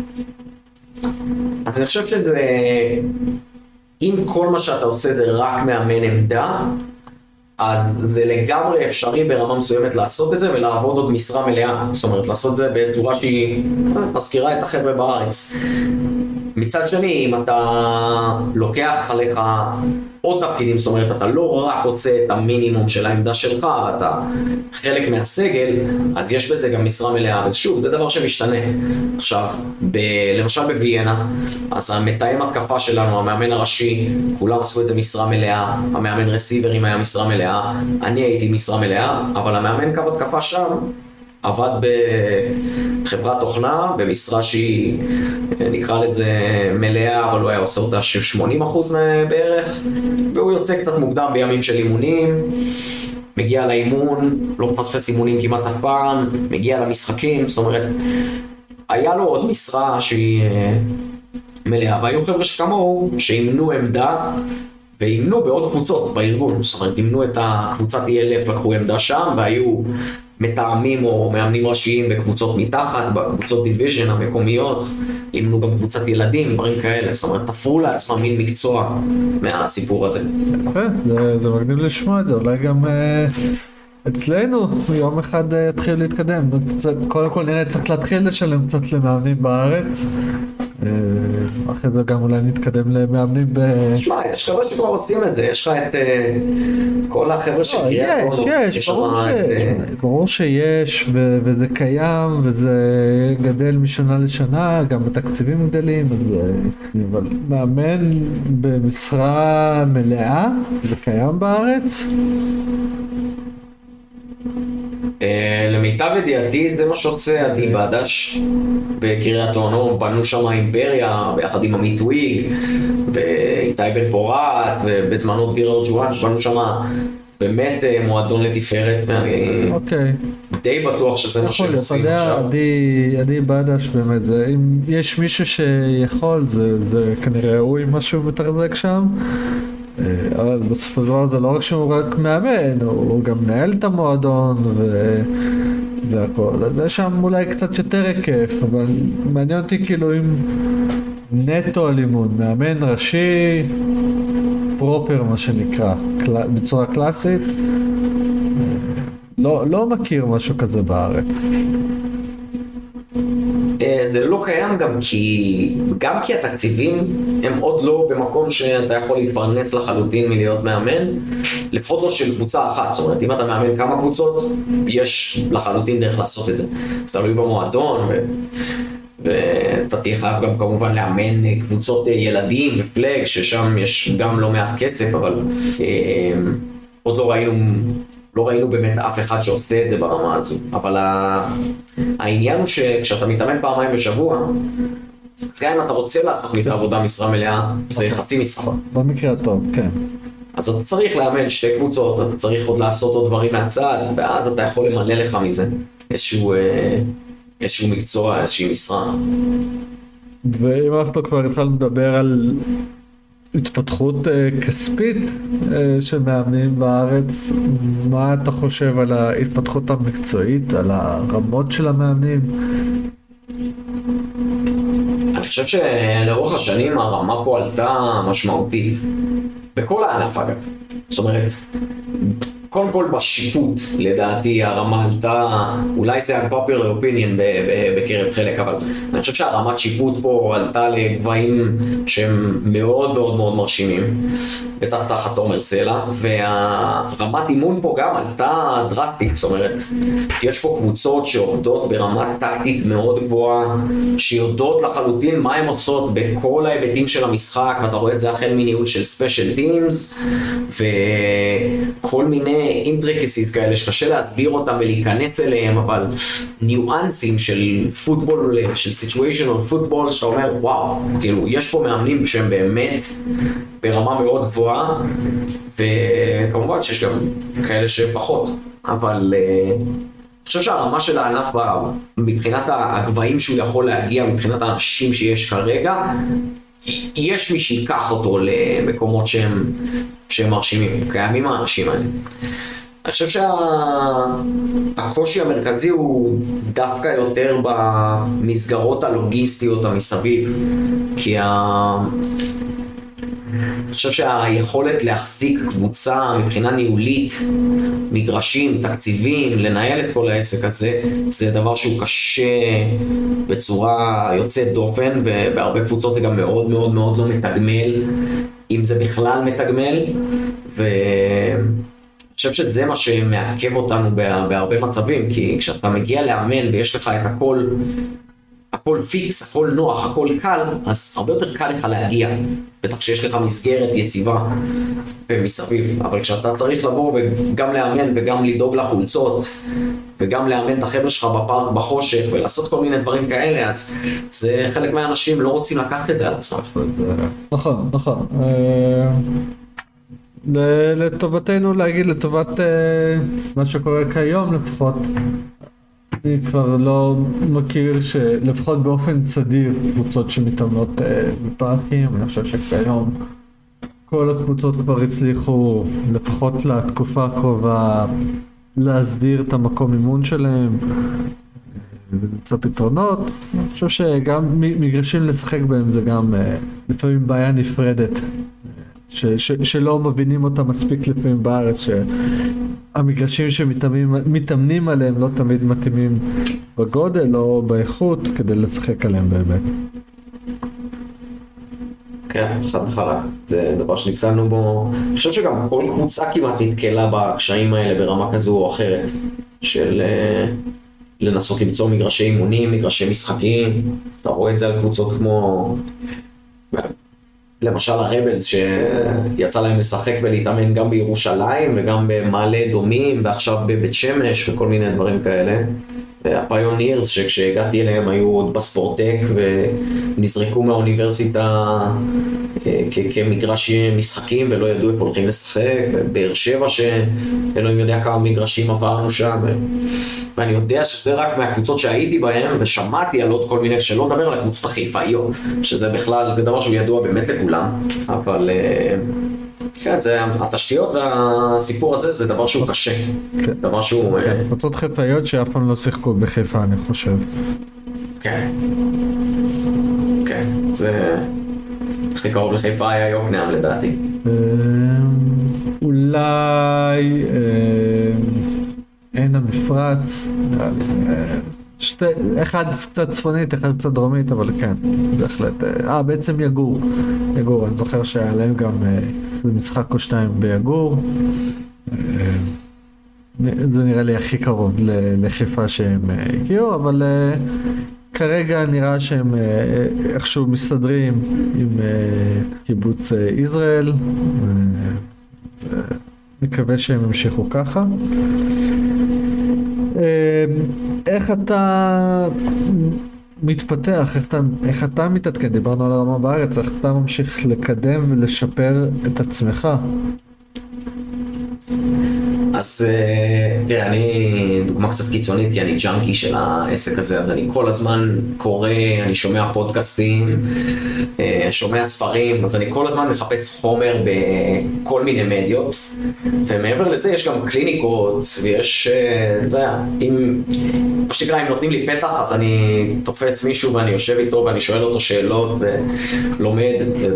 S2: אז אני חושב שזה, אם כל מה שאתה עושה זה רק מאמן עמדה, אז זה לגמרי אפשרי ברמה מסוימת לעשות את זה ולעבוד עוד משרה מלאה. זאת אומרת, לעשות את זה בצורה שהיא מזכירה את החבר'ה בארץ. מצד שני, אם אתה לוקח עליך עוד תפקידים, זאת אומרת, אתה לא רק עושה את המינימום של העמדה שלך, אתה חלק מהסגל, אז יש בזה גם משרה מלאה. ושוב, זה דבר שמשתנה. עכשיו, למשל בוויינה, אז המתאם התקפה שלנו, המאמן הראשי, כולם עשו את זה משרה מלאה, המאמן רסיברים היה משרה מלאה, אני הייתי משרה מלאה, אבל המאמן קו התקפה שם, עבד בחברת תוכנה, במשרה שהיא נקרא לזה מלאה, אבל הוא היה עושה אותה 80% בערך, והוא יוצא קצת מוקדם בימים של אימונים, מגיע לאימון, לא מפספס אימונים כמעט אף פעם, מגיע למשחקים, זאת אומרת, היה לו עוד משרה שהיא מלאה, והיו חבר'ה שכמוהו שאימנו עמדה, ואימנו בעוד קבוצות בארגון, זאת אומרת, אימנו את הקבוצת ELF, לקחו עמדה שם, והיו מתאמים או מאמנים ראשיים בקבוצות מתחת, בקבוצות דיוויז'ן המקומיות, אימנו גם קבוצת ילדים, דברים כאלה, זאת אומרת, תפרו לעצמם מין מקצוע מהסיפור הזה.
S1: יפה, זה מגניב לשמוע את זה, אולי גם אצלנו יום אחד יתחיל להתקדם, קודם כל נראה צריך להתחיל לשלם קצת למאמנים בארץ, אחרי זה גם אולי נתקדם למאמנים
S2: שמע, יש חבר'ה שכבר עושים את זה, יש לך את כל החבר'ה שקריאת אונו.
S1: יש, ברור שיש, וזה קיים, וזה גדל משנה לשנה, גם התקציבים גדלים, אבל מאמן במשרה מלאה, זה קיים בארץ?
S2: למיטב ידיעתי זה מה שעושה עדי בדש בקריית אונו, בנו שם אימפריה ביחד עם עמית וויג ואיתי בן פורת ובזמנו דביר ארג'ואן, בנו שם באמת מועדון לתפארת, ואני די בטוח שזה מה שהם עושים עכשיו.
S1: עדי בדש באמת, אם יש מישהו שיכול, זה כנראה הוא עם משהו מתחזק שם, אבל בסופו של דבר זה לא רק שהוא רק מאמן, הוא גם מנהל את המועדון והכל, אז זה שם אולי קצת יותר כיף, אבל מעניין אותי כאילו אם נטו על אימון, מאמן ראשי, פרופר מה שנקרא, בצורה קלאסית, לא מכיר משהו כזה בארץ.
S2: זה לא קיים גם כי התקציבים הם עוד לא במקום שאתה יכול להתפרנס לחלוטין מלהיות מאמן, לפחות לא של קבוצה אחת. זאת אומרת, אם אתה מאמן כמה קבוצות, יש לחלוטין דרך לעשות את זה. זה תלוי במועדון, ואתה תהיה חייב גם כמובן לאמן קבוצות ילדים ופלג, ששם יש גם לא מעט כסף, אבל עוד לא ראינו באמת אף אחד שעושה את זה ברמה הזו. אבל העניין הוא שכשאתה מתאמן פעמיים בשבוע, אז גם אם אתה רוצה לעשות מזה עבודה משרה מלאה, זה חצי משרה.
S1: במקרה הטוב, כן.
S2: אז אתה צריך לאמן שתי קבוצות, אתה צריך עוד לעשות עוד דברים מהצד, ואז אתה יכול למלא לך מזה איזשהו מקצוע, איזושהי משרה.
S1: ואם אנחנו כבר התחלנו לדבר על התפתחות כספית של מאמנים בארץ, מה אתה חושב על ההתפתחות המקצועית, על הרמות של המאמנים?
S2: אני חושב שלאורך השנים הרמה פה עלתה משמעותית, בכל הענף אגב. זאת אומרת, קודם כל בשיפוט, לדעתי הרמה עלתה, אולי זה unpopular opinion בקרב חלק, אבל אני חושב שהרמת שיפוט פה עלתה לגבהים שהם מאוד מאוד מאוד מרשימים, בטח תחת עומר סלע, והרמת אימון פה גם עלתה דרסטית. זאת אומרת, יש פה קבוצות שעובדות ברמת טקטית מאוד גבוהה, שיודעות לחלוטין מה הן עושות בכל ההיבטים של המשחק, ואתה רואה את זה החל מניהול של ספיישל טימס, וכל מיני אינטריקסיס כאלה שקשה להסביר אותם ולהיכנס אליהם, אבל ניואנסים של פוטבול, של סיטואשנל פוטבול, שאתה אומר וואו, כאילו יש פה מאמנים שהם באמת ברמה מאוד גבוהה, וכמובן שיש גם כאלה שפחות, אבל אני חושב שהרמה של הענף מבחינת הגבהים שהוא יכול להגיע, מבחינת האנשים שיש כרגע, יש מי שיקח אותו למקומות שהם מרשימים, קיימים האנשים האלה. אני חושב שהקושי המרכזי הוא דווקא יותר במסגרות הלוגיסטיות המסביב, כי אני חושב שהיכולת להחזיק קבוצה מבחינה ניהולית, מגרשים, תקציבים, לנהל את כל העסק הזה, זה דבר שהוא קשה בצורה יוצאת דופן, ובהרבה קבוצות זה גם מאוד מאוד מאוד לא מתגמל, אם זה בכלל מתגמל, ואני חושב שזה מה שמעכב אותנו בהרבה מצבים, כי כשאתה מגיע לאמן ויש לך את הכל פיקס, הכל נוח, הכל קל, אז הרבה יותר קל לך להגיע. בטח שיש לך מסגרת יציבה ומסביב. אבל כשאתה צריך לבוא וגם לאמן וגם לדאוג לחולצות, וגם לאמן את החבר'ה שלך בפארק בחושך, ולעשות כל מיני דברים כאלה, אז זה חלק מהאנשים לא רוצים לקחת את זה על עצמם.
S1: נכון, נכון. לטובתנו להגיד, לטובת מה שקורה כיום לפחות, אני כבר לא מכיר שלפחות באופן סדיר קבוצות שמתאמנות בפארקים. אני חושב שכיום כל הקבוצות כבר הצליחו לפחות לתקופה הקרובה להסדיר את המקום אימון שלהם ולמצוא פתרונות. אני חושב שגם מגרשים לשחק בהם זה גם לפעמים בעיה נפרדת שלא מבינים אותה מספיק לפעמים בארץ, שהמגרשים שמתאמנים עליהם לא תמיד מתאימים בגודל או באיכות כדי לשחק עליהם באמת.
S2: כן, חד וחלק. זה דבר שנתקלנו בו. אני חושב שגם כל קבוצה כמעט נתקלה בקשיים האלה ברמה כזו או אחרת, של לנסות למצוא מגרשי אימונים, מגרשי משחקים. אתה רואה את זה על קבוצות כמו למשל הרבלס שיצא להם לשחק ולהתאמן גם בירושלים וגם במעלה אדומים ועכשיו בבית שמש וכל מיני דברים כאלה. והפיונירס שכשהגעתי אליהם היו עוד בספורטק ונזרקו מהאוניברסיטה כמגרש משחקים ולא ידעו איפה הולכים לשחק. באר שבע שאלוהים יודע כמה מגרשים עברנו שם, ואני יודע שזה רק מהקבוצות שהייתי בהם, ושמעתי על עוד כל מיני, שלא לדבר על הקבוצות החיפאיות, שזה בכלל, זה דבר שהוא ידוע באמת לכולם, אבל כן, זה, התשתיות והסיפור הזה זה דבר שהוא קשה,
S1: כן.
S2: דבר שהוא...
S1: קבוצות חיפאיות שאף פעם לא שיחקו בחיפה, אני חושב.
S2: כן, כן, זה הכי קרוב לחיפה היה יוקנעם לדעתי.
S1: אולי עין המפרץ, אחד קצת צפונית, אחד קצת דרומית, אבל כן, בהחלט. בעצם יגור, אני זוכר שהיה להם גם במשחק או שניים ביגור. זה נראה לי הכי קרוב לחיפה שהם הגיעו, אבל כרגע נראה שהם איכשהו מסתדרים עם קיבוץ ישראל, מקווה שהם המשיכו ככה. איך אתה מתפתח, איך אתה מתעדכן? דיברנו על הרמה בארץ, איך אתה ממשיך לקדם ולשפר את עצמך?
S2: אז תראה, אני דוגמה קצת קיצונית, כי אני ג'אנקי של העסק הזה, אז אני כל הזמן קורא, אני שומע פודקאסטים, שומע ספרים, אז אני כל הזמן מחפש חומר בכל מיני מדיות, ומעבר לזה יש גם קליניקות, ויש, אתה יודע, מה שתקרא, אם נותנים לי פתח, אז אני תופס מישהו ואני יושב איתו ואני שואל אותו שאלות ולומד,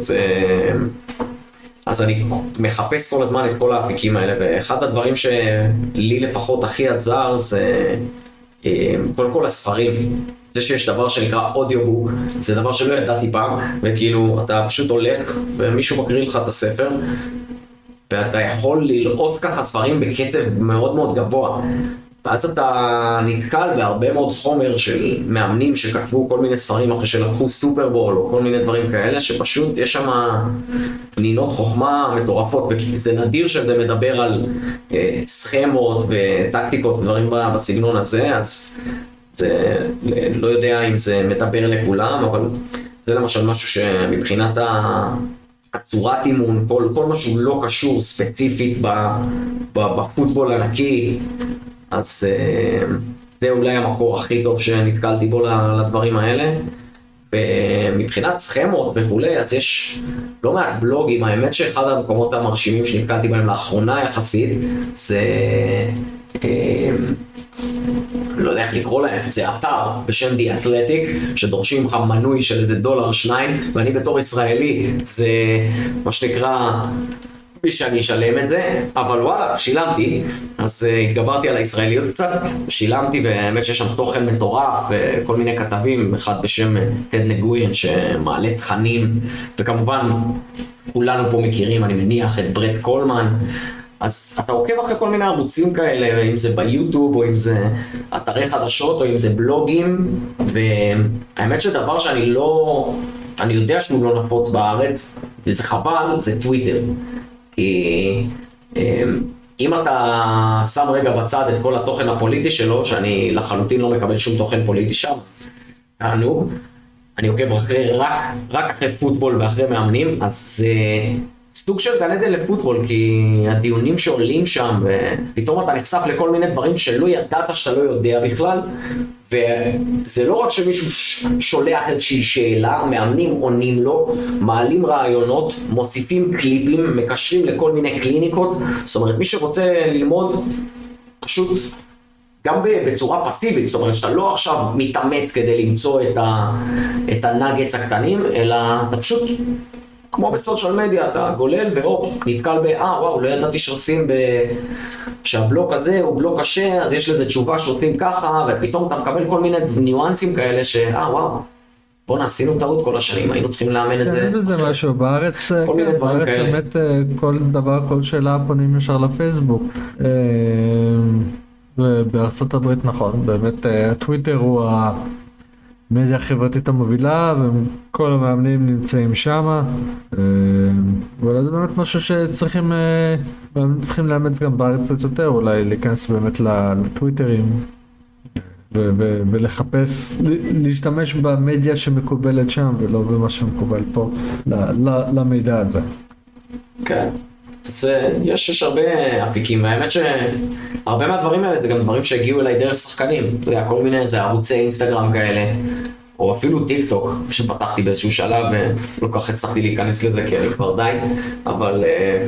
S2: אז אני מחפש כל הזמן את כל האפיקים האלה, ואחד הדברים שלי לפחות הכי עזר זה קודם כל הספרים. זה שיש דבר שנקרא אודיובוק, זה דבר שלא ידעתי פעם, וכאילו אתה פשוט הולך ומישהו מקריא לך את הספר, ואתה יכול ללעוס ככה ספרים בקצב מאוד מאוד גבוה. ואז אתה נתקל בהרבה מאוד חומר של מאמנים שכתבו כל מיני ספרים אחרי שלקחו סופרבול או כל מיני דברים כאלה, שפשוט יש שם פנינות חוכמה מטורפות, וזה נדיר שזה מדבר על סכמות וטקטיקות ודברים בסגנון הזה, אז זה לא יודע אם זה מדבר לכולם, אבל זה למשל משהו שמבחינת הצורת אימון, כל משהו לא קשור ספציפית בפוטבול הנקי, אז זה אולי המקור הכי טוב שנתקלתי בו לדברים האלה. ומבחינת סכמות וכולי, אז יש לא מעט בלוגים. האמת שאחד המקומות המרשימים שנתקלתי בהם לאחרונה יחסית, זה לא יודע איך לקרוא להם, זה אתר בשם The Athletic, שדורשים לך מנוי של איזה $1-2, ואני בתור ישראלי, זה מה שנקרא מי שאני אשלם את זה, אבל וואלה, שילמתי, אז התגברתי על הישראליות קצת, שילמתי, והאמת שיש שם תוכן מטורף, וכל מיני כתבים, אחד בשם טד נגויין, שמעלה תכנים, וכמובן, כולנו פה מכירים, אני מניח, את ברט קולמן, אז אתה עוקב אחרי כל מיני ערוצים כאלה, אם זה ביוטיוב, או אם זה אתרי חדשות, או אם זה בלוגים, והאמת שדבר שאני לא, אני יודע שהוא לא נפוץ בארץ, וזה חבל, זה טוויטר. כי אם אתה שם רגע בצד את כל התוכן הפוליטי שלו, שאני לחלוטין לא מקבל שום תוכן פוליטי שם, אז תענו, אני עוקב רק אחרי פוטבול ואחרי מאמנים, אז זה סוג של גן עדן לפוטבול, כי הדיונים שעולים שם, ופתאום אתה נחשף לכל מיני דברים שלא ידעת שאתה לא יודע בכלל, וזה לא רק שמישהו שולח איזושהי שאלה, מאמנים עונים לו, מעלים רעיונות, מוסיפים קליפים, מקשרים לכל מיני קליניקות, זאת אומרת מי שרוצה ללמוד פשוט גם בצורה פסיבית, זאת אומרת שאתה לא עכשיו מתאמץ כדי למצוא את הנגץ הקטנים, אלא אתה פשוט כמו בסושיאל מדיה, אתה גולל והופ, נתקל וואו, לא ידעתי שעושים שהבלוק הזה הוא בלוק קשה, אז יש לזה תשובה שעושים ככה, ופתאום אתה מקבל כל מיני ניואנסים כאלה וואו, בוא עשינו טעות כל השנים, היינו צריכים לאמן את זה.
S1: אין בזה משהו, בארץ
S2: כאלה.
S1: באמת כל דבר, כל שאלה פונים ישר לפייסבוק. ובארצות הברית נכון, באמת הטוויטר הוא המדיה החברתית המובילה, וכל המאמנים נמצאים שם, אבל זה באמת משהו שצריכים לאמץ גם בארץ קצת יותר, אולי להיכנס באמת לטוויטרים, ולחפש, להשתמש במדיה שמקובלת שם, ולא במה שמקובל פה, למידע הזה.
S2: כן. אז יש הרבה אפיקים, והאמת שהרבה מהדברים האלה זה גם דברים שהגיעו אליי דרך שחקנים. אתה יודע, כל מיני איזה ערוצי אינסטגרם כאלה, או אפילו טיק טוק, שפתחתי באיזשהו שלב, ולא כך הצלחתי להיכנס לזה כי אני כבר די, אבל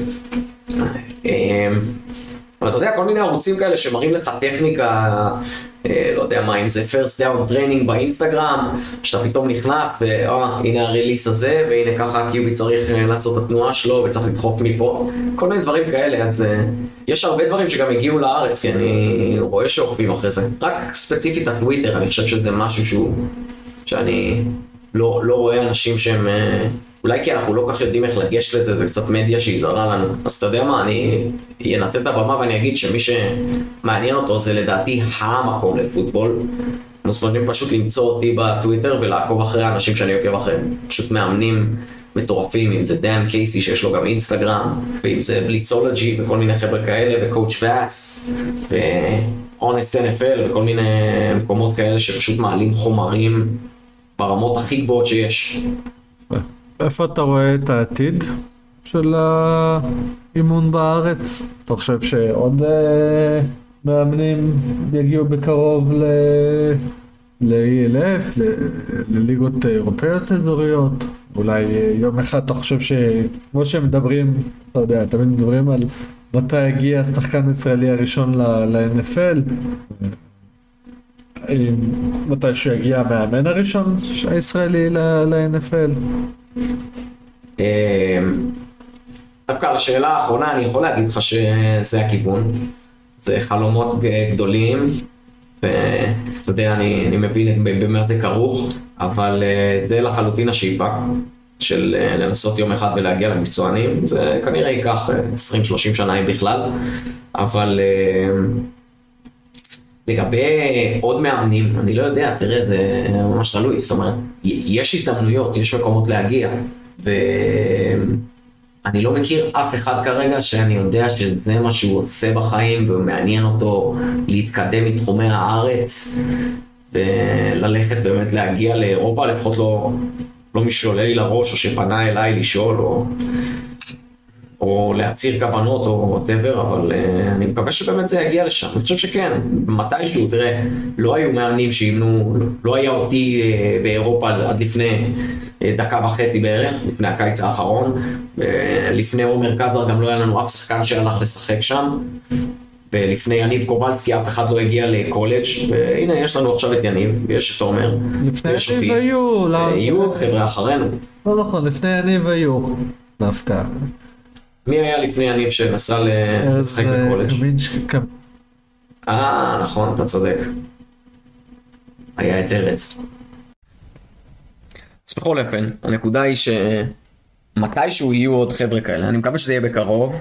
S2: אתה יודע, כל מיני ערוצים כאלה שמראים לך טכניקה, לא יודע מה, אם זה first down training באינסטגרם, שאתה פתאום נכנס, הנה הרליס הזה, והנה ככה קיובי צריך לעשות את התנועה שלו, וצריך לדחוף מפה, כל מיני דברים כאלה, אז יש הרבה דברים שגם הגיעו לארץ, כי אני רואה שעוקבים אחרי זה. רק ספציפית הטוויטר, אני חושב שזה משהו שאני לא רואה אנשים שהם, אולי כי אנחנו לא כך יודעים איך לגשת לזה, זה קצת מדיה שהיא זרה לנו. אז אתה יודע מה, אני אנצל את הבמה ואני אגיד שמי שמעניין אותו זה לדעתי המקום לפוטבול. מוזמנים פשוט למצוא אותי בטוויטר ולעקוב אחרי האנשים שאני עוקב אחריהם. פשוט מאמנים מטורפים, אם זה דן קייסי שיש לו גם אינסטגרם, ואם זה בליצולוגי וכל מיני חבר'ה כאלה, וקואוץ' ואס, ואונסט NFL וכל מיני מקומות כאלה שפשוט מעלים חומרים ברמות הכי גבוהות שיש.
S1: איפה אתה רואה את העתיד של האימון בארץ? אתה חושב שעוד מאמנים יגיעו בקרוב ל-ELF, לליגות אירופאיות אזוריות? אולי יום אחד אתה חושב שכמו שהם מדברים, אתה יודע, תמיד מדברים על מתי יגיע השחקן הישראלי הראשון ל-NFL, מתי שיגיע המאמן הראשון הישראלי ל-NFL?
S2: דווקא על השאלה האחרונה אני יכול להגיד לך שזה הכיוון, זה חלומות גדולים, ואתה יודע, אני מבין במה זה כרוך, אבל זה לחלוטין השאיפה של לנסות יום אחד ולהגיע למקצוענים. זה כנראה ייקח 20-30 שנה אם בכלל, אבל לגבי עוד מאמנים, אני לא יודע, תראה, זה ממש תלוי, זאת אומרת, יש הזדמנויות, יש מקומות להגיע, ואני לא מכיר אף אחד כרגע שאני יודע שזה מה שהוא עושה בחיים, ומעניין אותו להתקדם מתחומי הארץ, וללכת באמת להגיע לאירופה, לפחות לא משעולה לי לראש, או שפנה אליי לשאול, או להציר כוונות או whatever, אבל אני מקווה שבאמת זה יגיע לשם. אני חושב שכן, מתישהו, תראה, לא היו מאמנים שאימנו, לא היה אותי באירופה עד לפני דקה וחצי בערך, לפני הקיץ האחרון, לפני עומר קזר גם לא היה לנו אף שחקן שהלך לשחק שם, ולפני יניב קובלסקי אף אחד לא הגיע לקולג', והנה יש לנו עכשיו את יניב, ויש את עומר, ויש אותי.
S1: לפני יניב
S2: יהיו חבר'ה אחרינו.
S1: לא נכון, לפני יניב היו, דווקא.
S2: מי היה לפני יניב שנסע לשחק בקולג'? נכון, אתה צודק. היה את ארץ. אז בכל אופן, הנקודה היא שמתישהו יהיו עוד חבר'ה כאלה. אני מקווה שזה יהיה בקרוב,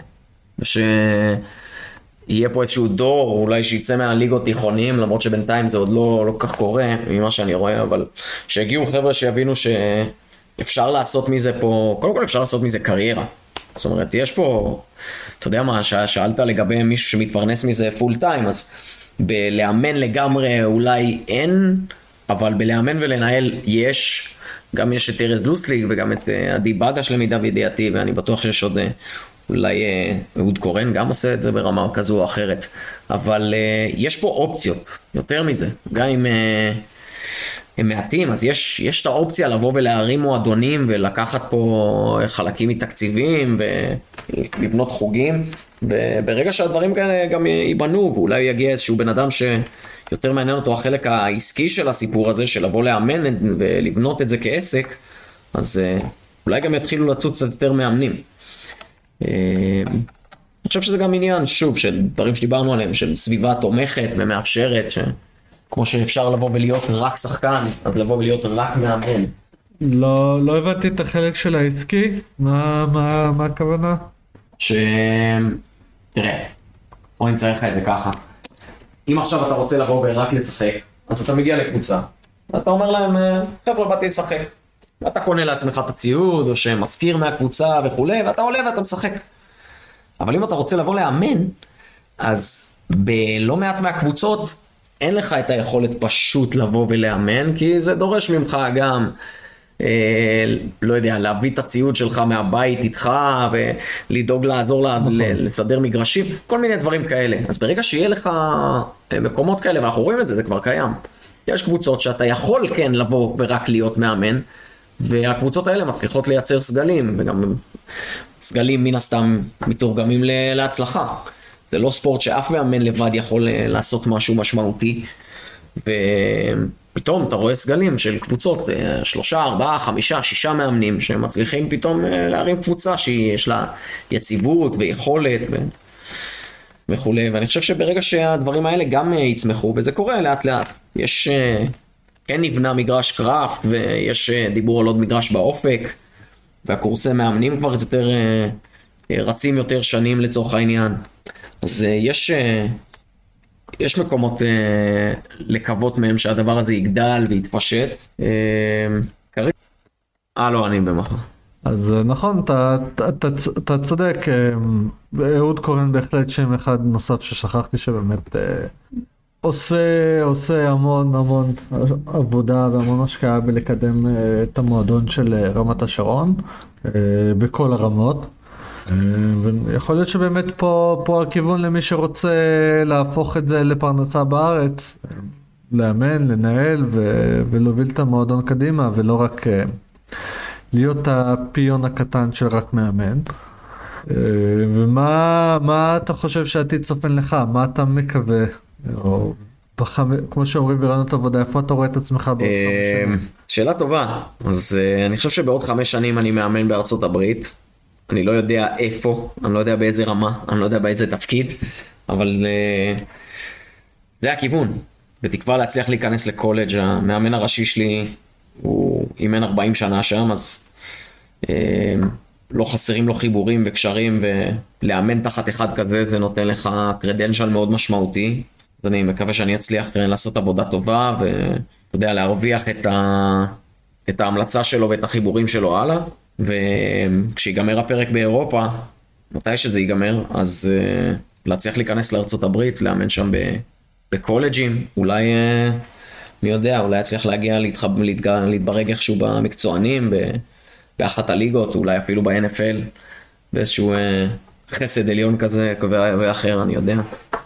S2: ושיהיה פה איזשהו דור, אולי שיצא מהליגות תיכוניים, למרות שבינתיים זה עוד לא כך קורה, ממה שאני רואה, אבל שהגיעו חבר'ה שיבינו שאפשר לעשות מזה פה, קודם כל אפשר לעשות מזה קריירה. זאת אומרת, יש פה, אתה יודע מה, שאלת לגבי מישהו שמתפרנס מזה פול טיים, אז בלאמן לגמרי אולי אין, אבל בלאמן ולנהל יש, גם יש את ארז לוסלי וגם את עדי בגש למיטב ידיעתי, ואני בטוח שיש עוד, אולי אהוד קורן גם עושה את זה ברמה כזו או אחרת, אבל יש פה אופציות, יותר מזה, גם אם הם מעטים, אז יש את האופציה לבוא ולהרים מועדונים ולקחת פה חלקים מתקציבים ולבנות חוגים, וברגע שהדברים כאלה גם ייבנו, ואולי יגיע איזשהו בן אדם שיותר מעניין אותו החלק העסקי של הסיפור הזה, של לבוא לאמן ולבנות את זה כעסק, אז אולי גם יתחילו לצוץ יותר מאמנים. אני חושב שזה גם עניין, שוב, של דברים שדיברנו עליהם, של סביבה תומכת ומאפשרת, כמו שאפשר לבוא ולהיות רק שחקן, אז לבוא ולהיות רק מאמן.
S1: לא הבנתי את החלק של העסקי, מה הכוונה?
S2: תראה, בוא נמצא לך את זה ככה. אם עכשיו אתה רוצה לבוא ורק לשחק, אז אתה מגיע לקבוצה, ואתה אומר להם, חבר'ה, באתי לשחק. ואתה קונה לעצמך את הציוד, או שמזכיר מהקבוצה וכו', ואתה עולה ואתה משחק. אבל אם אתה רוצה לבוא לאמן, אז בלא מעט מהקבוצות, אין לך את היכולת פשוט לבוא ולאמן, כי זה דורש ממך גם, לא יודע, להביא את הציוד שלך מהבית איתך, ולדאוג לעזור לסדר מגרשים, כל מיני דברים כאלה. אז ברגע שיהיה לך מקומות כאלה, ואנחנו רואים את זה, זה כבר קיים. יש קבוצות שאתה יכול כן לבוא ורק להיות מאמן, והקבוצות האלה מצליחות לייצר סגלים, וגם סגלים מן הסתם מתורגמים להצלחה. זה לא ספורט שאף מאמן לבד יכול לעשות משהו משמעותי, ופתאום אתה רואה סגלים של קבוצות, 3, 4, 5, 6 מאמנים, שמצליחים פתאום להרים קבוצה שיש לה יציבות ויכולת וכו'. ואני חושב שברגע שהדברים האלה גם יצמחו, וזה קורה לאט לאט, יש, כן נבנה מגרש קראפט, ויש דיבור על עוד מגרש באופק, והקורסי מאמנים כבר יותר רצים יותר שנים לצורך העניין. אז יש מקומות לקוות מהם שהדבר הזה יגדל ויתפשט. לא, אני במחר.
S1: אז נכון, אתה צודק, אהוד קורן בהחלט שם אחד נוסף ששכחתי שבאמת עושה המון עבודה והמון השקעה בלקדם את המועדון של רמת השרון בכל הרמות. ויכול להיות שבאמת פה הכיוון למי שרוצה להפוך את זה לפרנסה בארץ, לאמן, לנהל ולהוביל את המועדון קדימה, ולא רק להיות הפיון הקטן של רק מאמן. ומה אתה חושב שעתיד צופן לך? מה אתה מקווה? או כמו שאומרים ברעיונות עבודה, איפה אתה רואה את עצמך בעוד 5 שנים?
S2: שאלה טובה. אז אני חושב שבעוד 5 שנים אני מאמן בארצות הברית. אני לא יודע איפה, אני לא יודע באיזה רמה, אני לא יודע באיזה תפקיד, אבל זה הכיוון. בתקווה להצליח להיכנס לקולג'. המאמן הראשי שלי הוא אימן 40 שנה שם, אז לא חסרים לו חיבורים וקשרים, ולאמן תחת אחד כזה זה נותן לך קרדנשל מאוד משמעותי. אז אני מקווה שאני אצליח לעשות עבודה טובה, ואתה יודע, להרוויח את ההמלצה שלו ואת החיבורים שלו הלאה, וכשיגמר הפרק באירופה, מתי שזה ייגמר, אז להצליח להיכנס לארצות הברית, לאמן שם בקולג'ים, אולי, מי יודע, אולי יצליח להגיע להתברג איכשהו במקצוענים, באחת הליגות, אולי אפילו ב-NFL, באיזשהו חסד עליון כזה ואחר, אני יודע.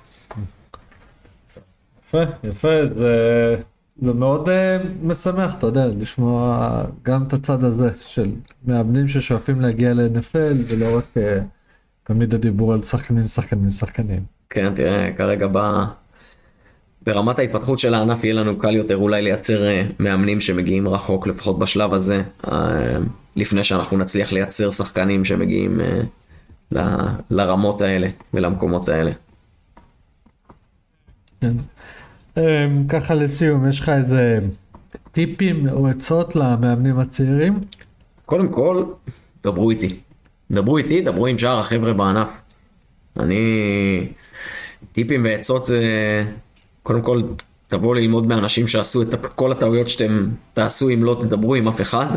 S1: יפה, יפה, זה מאוד משמח, אתה יודע, לשמוע גם את הצד הזה של מאמנים ששואפים להגיע ל-NFL, ולא רק תמיד הדיבור על שחקנים, שחקנים, שחקנים.
S2: כן, תראה, כרגע ברמת ההתפתחות של הענף יהיה לנו קל יותר אולי לייצר מאמנים שמגיעים רחוק, לפחות בשלב הזה, לפני שאנחנו נצליח לייצר שחקנים שמגיעים לרמות האלה ולמקומות האלה.
S1: כן. ככה לסיום, יש לך איזה טיפים או עצות למאמנים הצעירים?
S2: קודם כל, דברו איתי. דברו איתי, דברו עם שאר החבר'ה בענף. טיפים ועצות זה, קודם כל, תבואו ללמוד מאנשים שעשו את כל הטעויות שאתם תעשו אם לא תדברו עם אף אחד,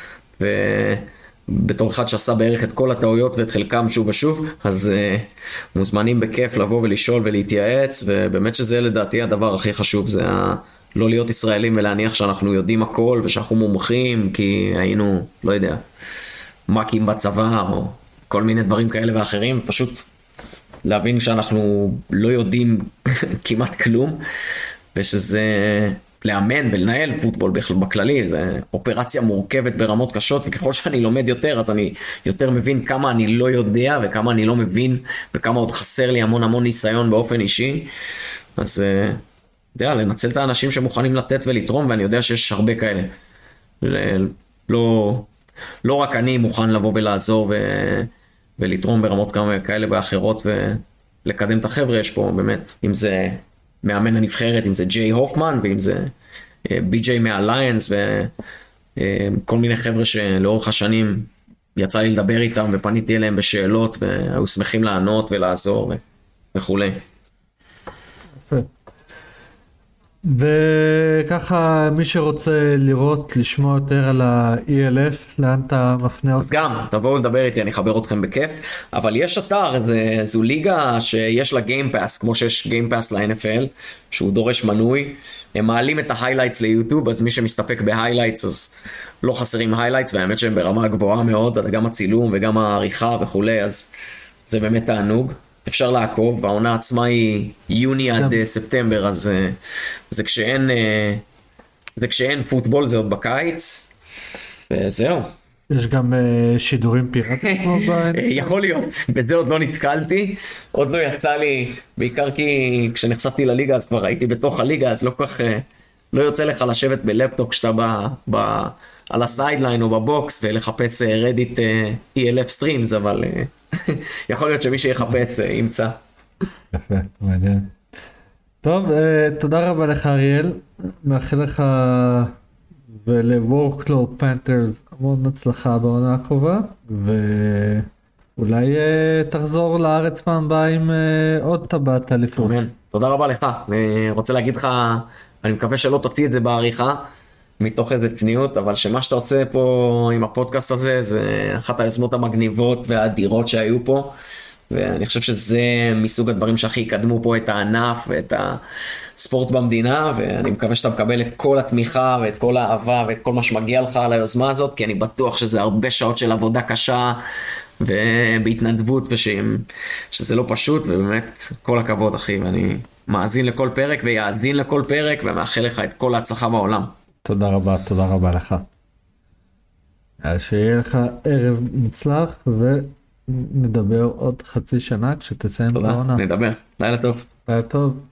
S2: ובתור אחד שעשה בערך את כל הטעויות ואת חלקם שוב ושוב, אז מוזמנים בכיף לבוא ולשאול ולהתייעץ, ובאמת שזה לדעתי הדבר הכי חשוב, זה לא להיות ישראלים ולהניח שאנחנו יודעים הכל ושאנחנו מומחים, כי היינו, לא יודע, מקים בצבא או כל מיני דברים כאלה ואחרים, פשוט להבין שאנחנו לא יודעים כמעט כלום, ושזה לאמן ולנהל פוטבול בכללי, זה אופרציה מורכבת ברמות קשות, וככל שאני לומד יותר, אז אני יותר מבין כמה אני לא יודע, וכמה אני לא מבין, וכמה עוד חסר לי המון המון ניסיון באופן אישי, אז יודע, לנצל את האנשים שמוכנים לתת ולתרום, ואני יודע שיש הרבה כאלה. לא רק אני מוכן לבוא ולעזור ולתרום ברמות כאלה ואחרות ולקדם את החבר'ה, יש פה באמת, אם זה מאמן הנבחרת, אם זה ג'יי הופמן, ואם זה בי.ג'יי מהליינס, וכל מיני חבר'ה שלאורך השנים יצא לי לדבר איתם ופניתי אליהם בשאלות, והיו שמחים לענות ולעזור וכולי.
S1: וככה מי שרוצה לראות, לשמוע יותר על ה-ELF, לאן אתה מפנה אותך?
S2: אז גם, תבואו לדבר איתי, אני אחבר אתכם בכיף. אבל יש אתר, זו ליגה שיש לה גיימפאס, כמו שיש גיימפאס ל-NFL, שהוא דורש מנוי. הם מעלים את ההיילייטס ליוטיוב, אז מי שמסתפק בהיילייטס, אז לא חסרים היילייטס, והאמת שהם ברמה גבוהה מאוד, גם הצילום וגם העריכה וכולי, אז זה באמת תענוג. אפשר לעקוב, והעונה עצמה היא יוני עד ספטמבר, אז זה כשאין פוטבול, זה עוד בקיץ, וזהו.
S1: יש גם שידורים פיראטיים?
S2: יכול להיות, בזה עוד לא נתקלתי, עוד לא יצא לי, בעיקר כי כשנחשפתי לליגה, אז כבר הייתי בתוך הליגה, אז לא כך, לא יוצא לך לשבת בלפטופ כשאתה על הסיידליין או בבוקס, ולחפש רדיט ELF סטרימס, אבל יכול להיות שמי שיחפש ימצא.
S1: יפה, מעניין. טוב, תודה רבה לך אריאל, מאחל לך ול-Workload Panthers המון הצלחה בעונה הקרובה, ואולי תחזור לארץ פעם הבאה עם עוד טבעת אליפות.
S2: תודה רבה לך, אני רוצה להגיד לך, אני מקווה שלא תוציא את זה בעריכה, מתוך איזה צניעות, אבל שמה שאתה עושה פה עם הפודקאסט הזה, זה אחת היוזמות המגניבות והאדירות שהיו פה, ואני חושב שזה מסוג הדברים שהכי יקדמו פה את הענף ואת הספורט במדינה, ואני מקווה שאתה מקבל את כל התמיכה ואת כל האהבה ואת כל מה שמגיע לך על היוזמה הזאת, כי אני בטוח שזה הרבה שעות של עבודה קשה ובהתנדבות, שזה לא פשוט, ובאמת כל הכבוד אחי, ואני מאזין לכל פרק ויאזין לכל פרק, ומאחל לך את כל ההצלחה בעולם.
S1: תודה רבה לך. שיהיה לך ערב מוצלח, ונדבר עוד חצי שנה כשתסיים את העונה.
S2: תודה, נדבר. לילה טוב.
S1: לילה טוב.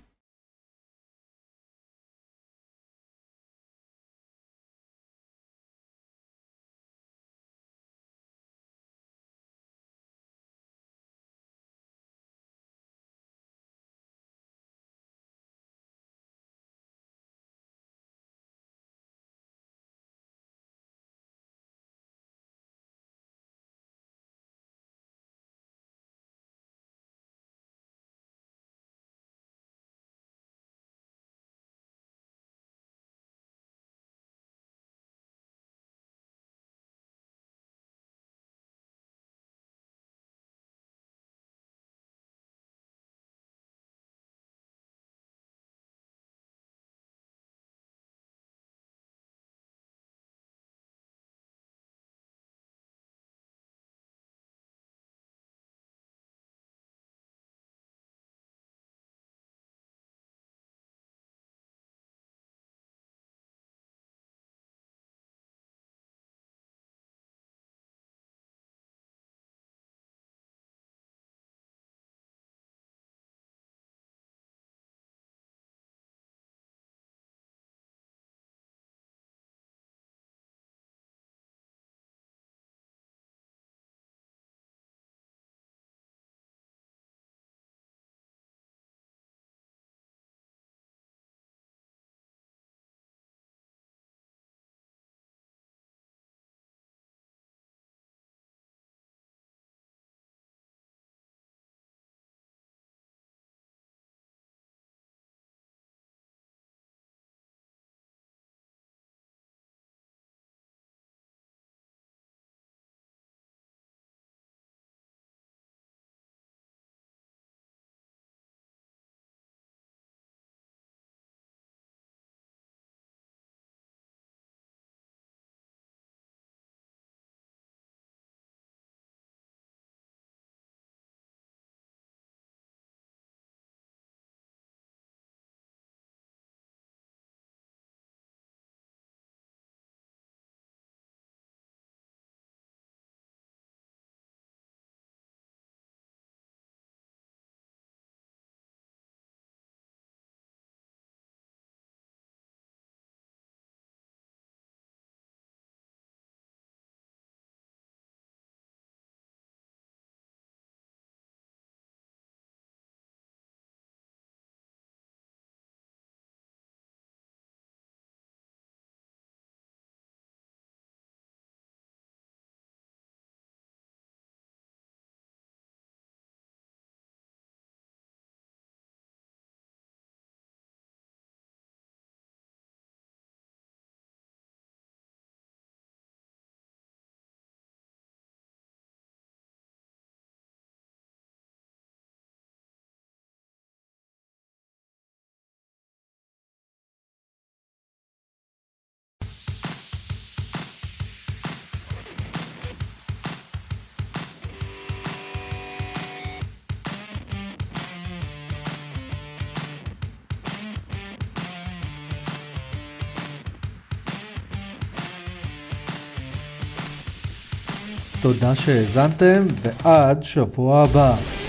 S1: תודה שהאזנתם, ועד שבוע הבא.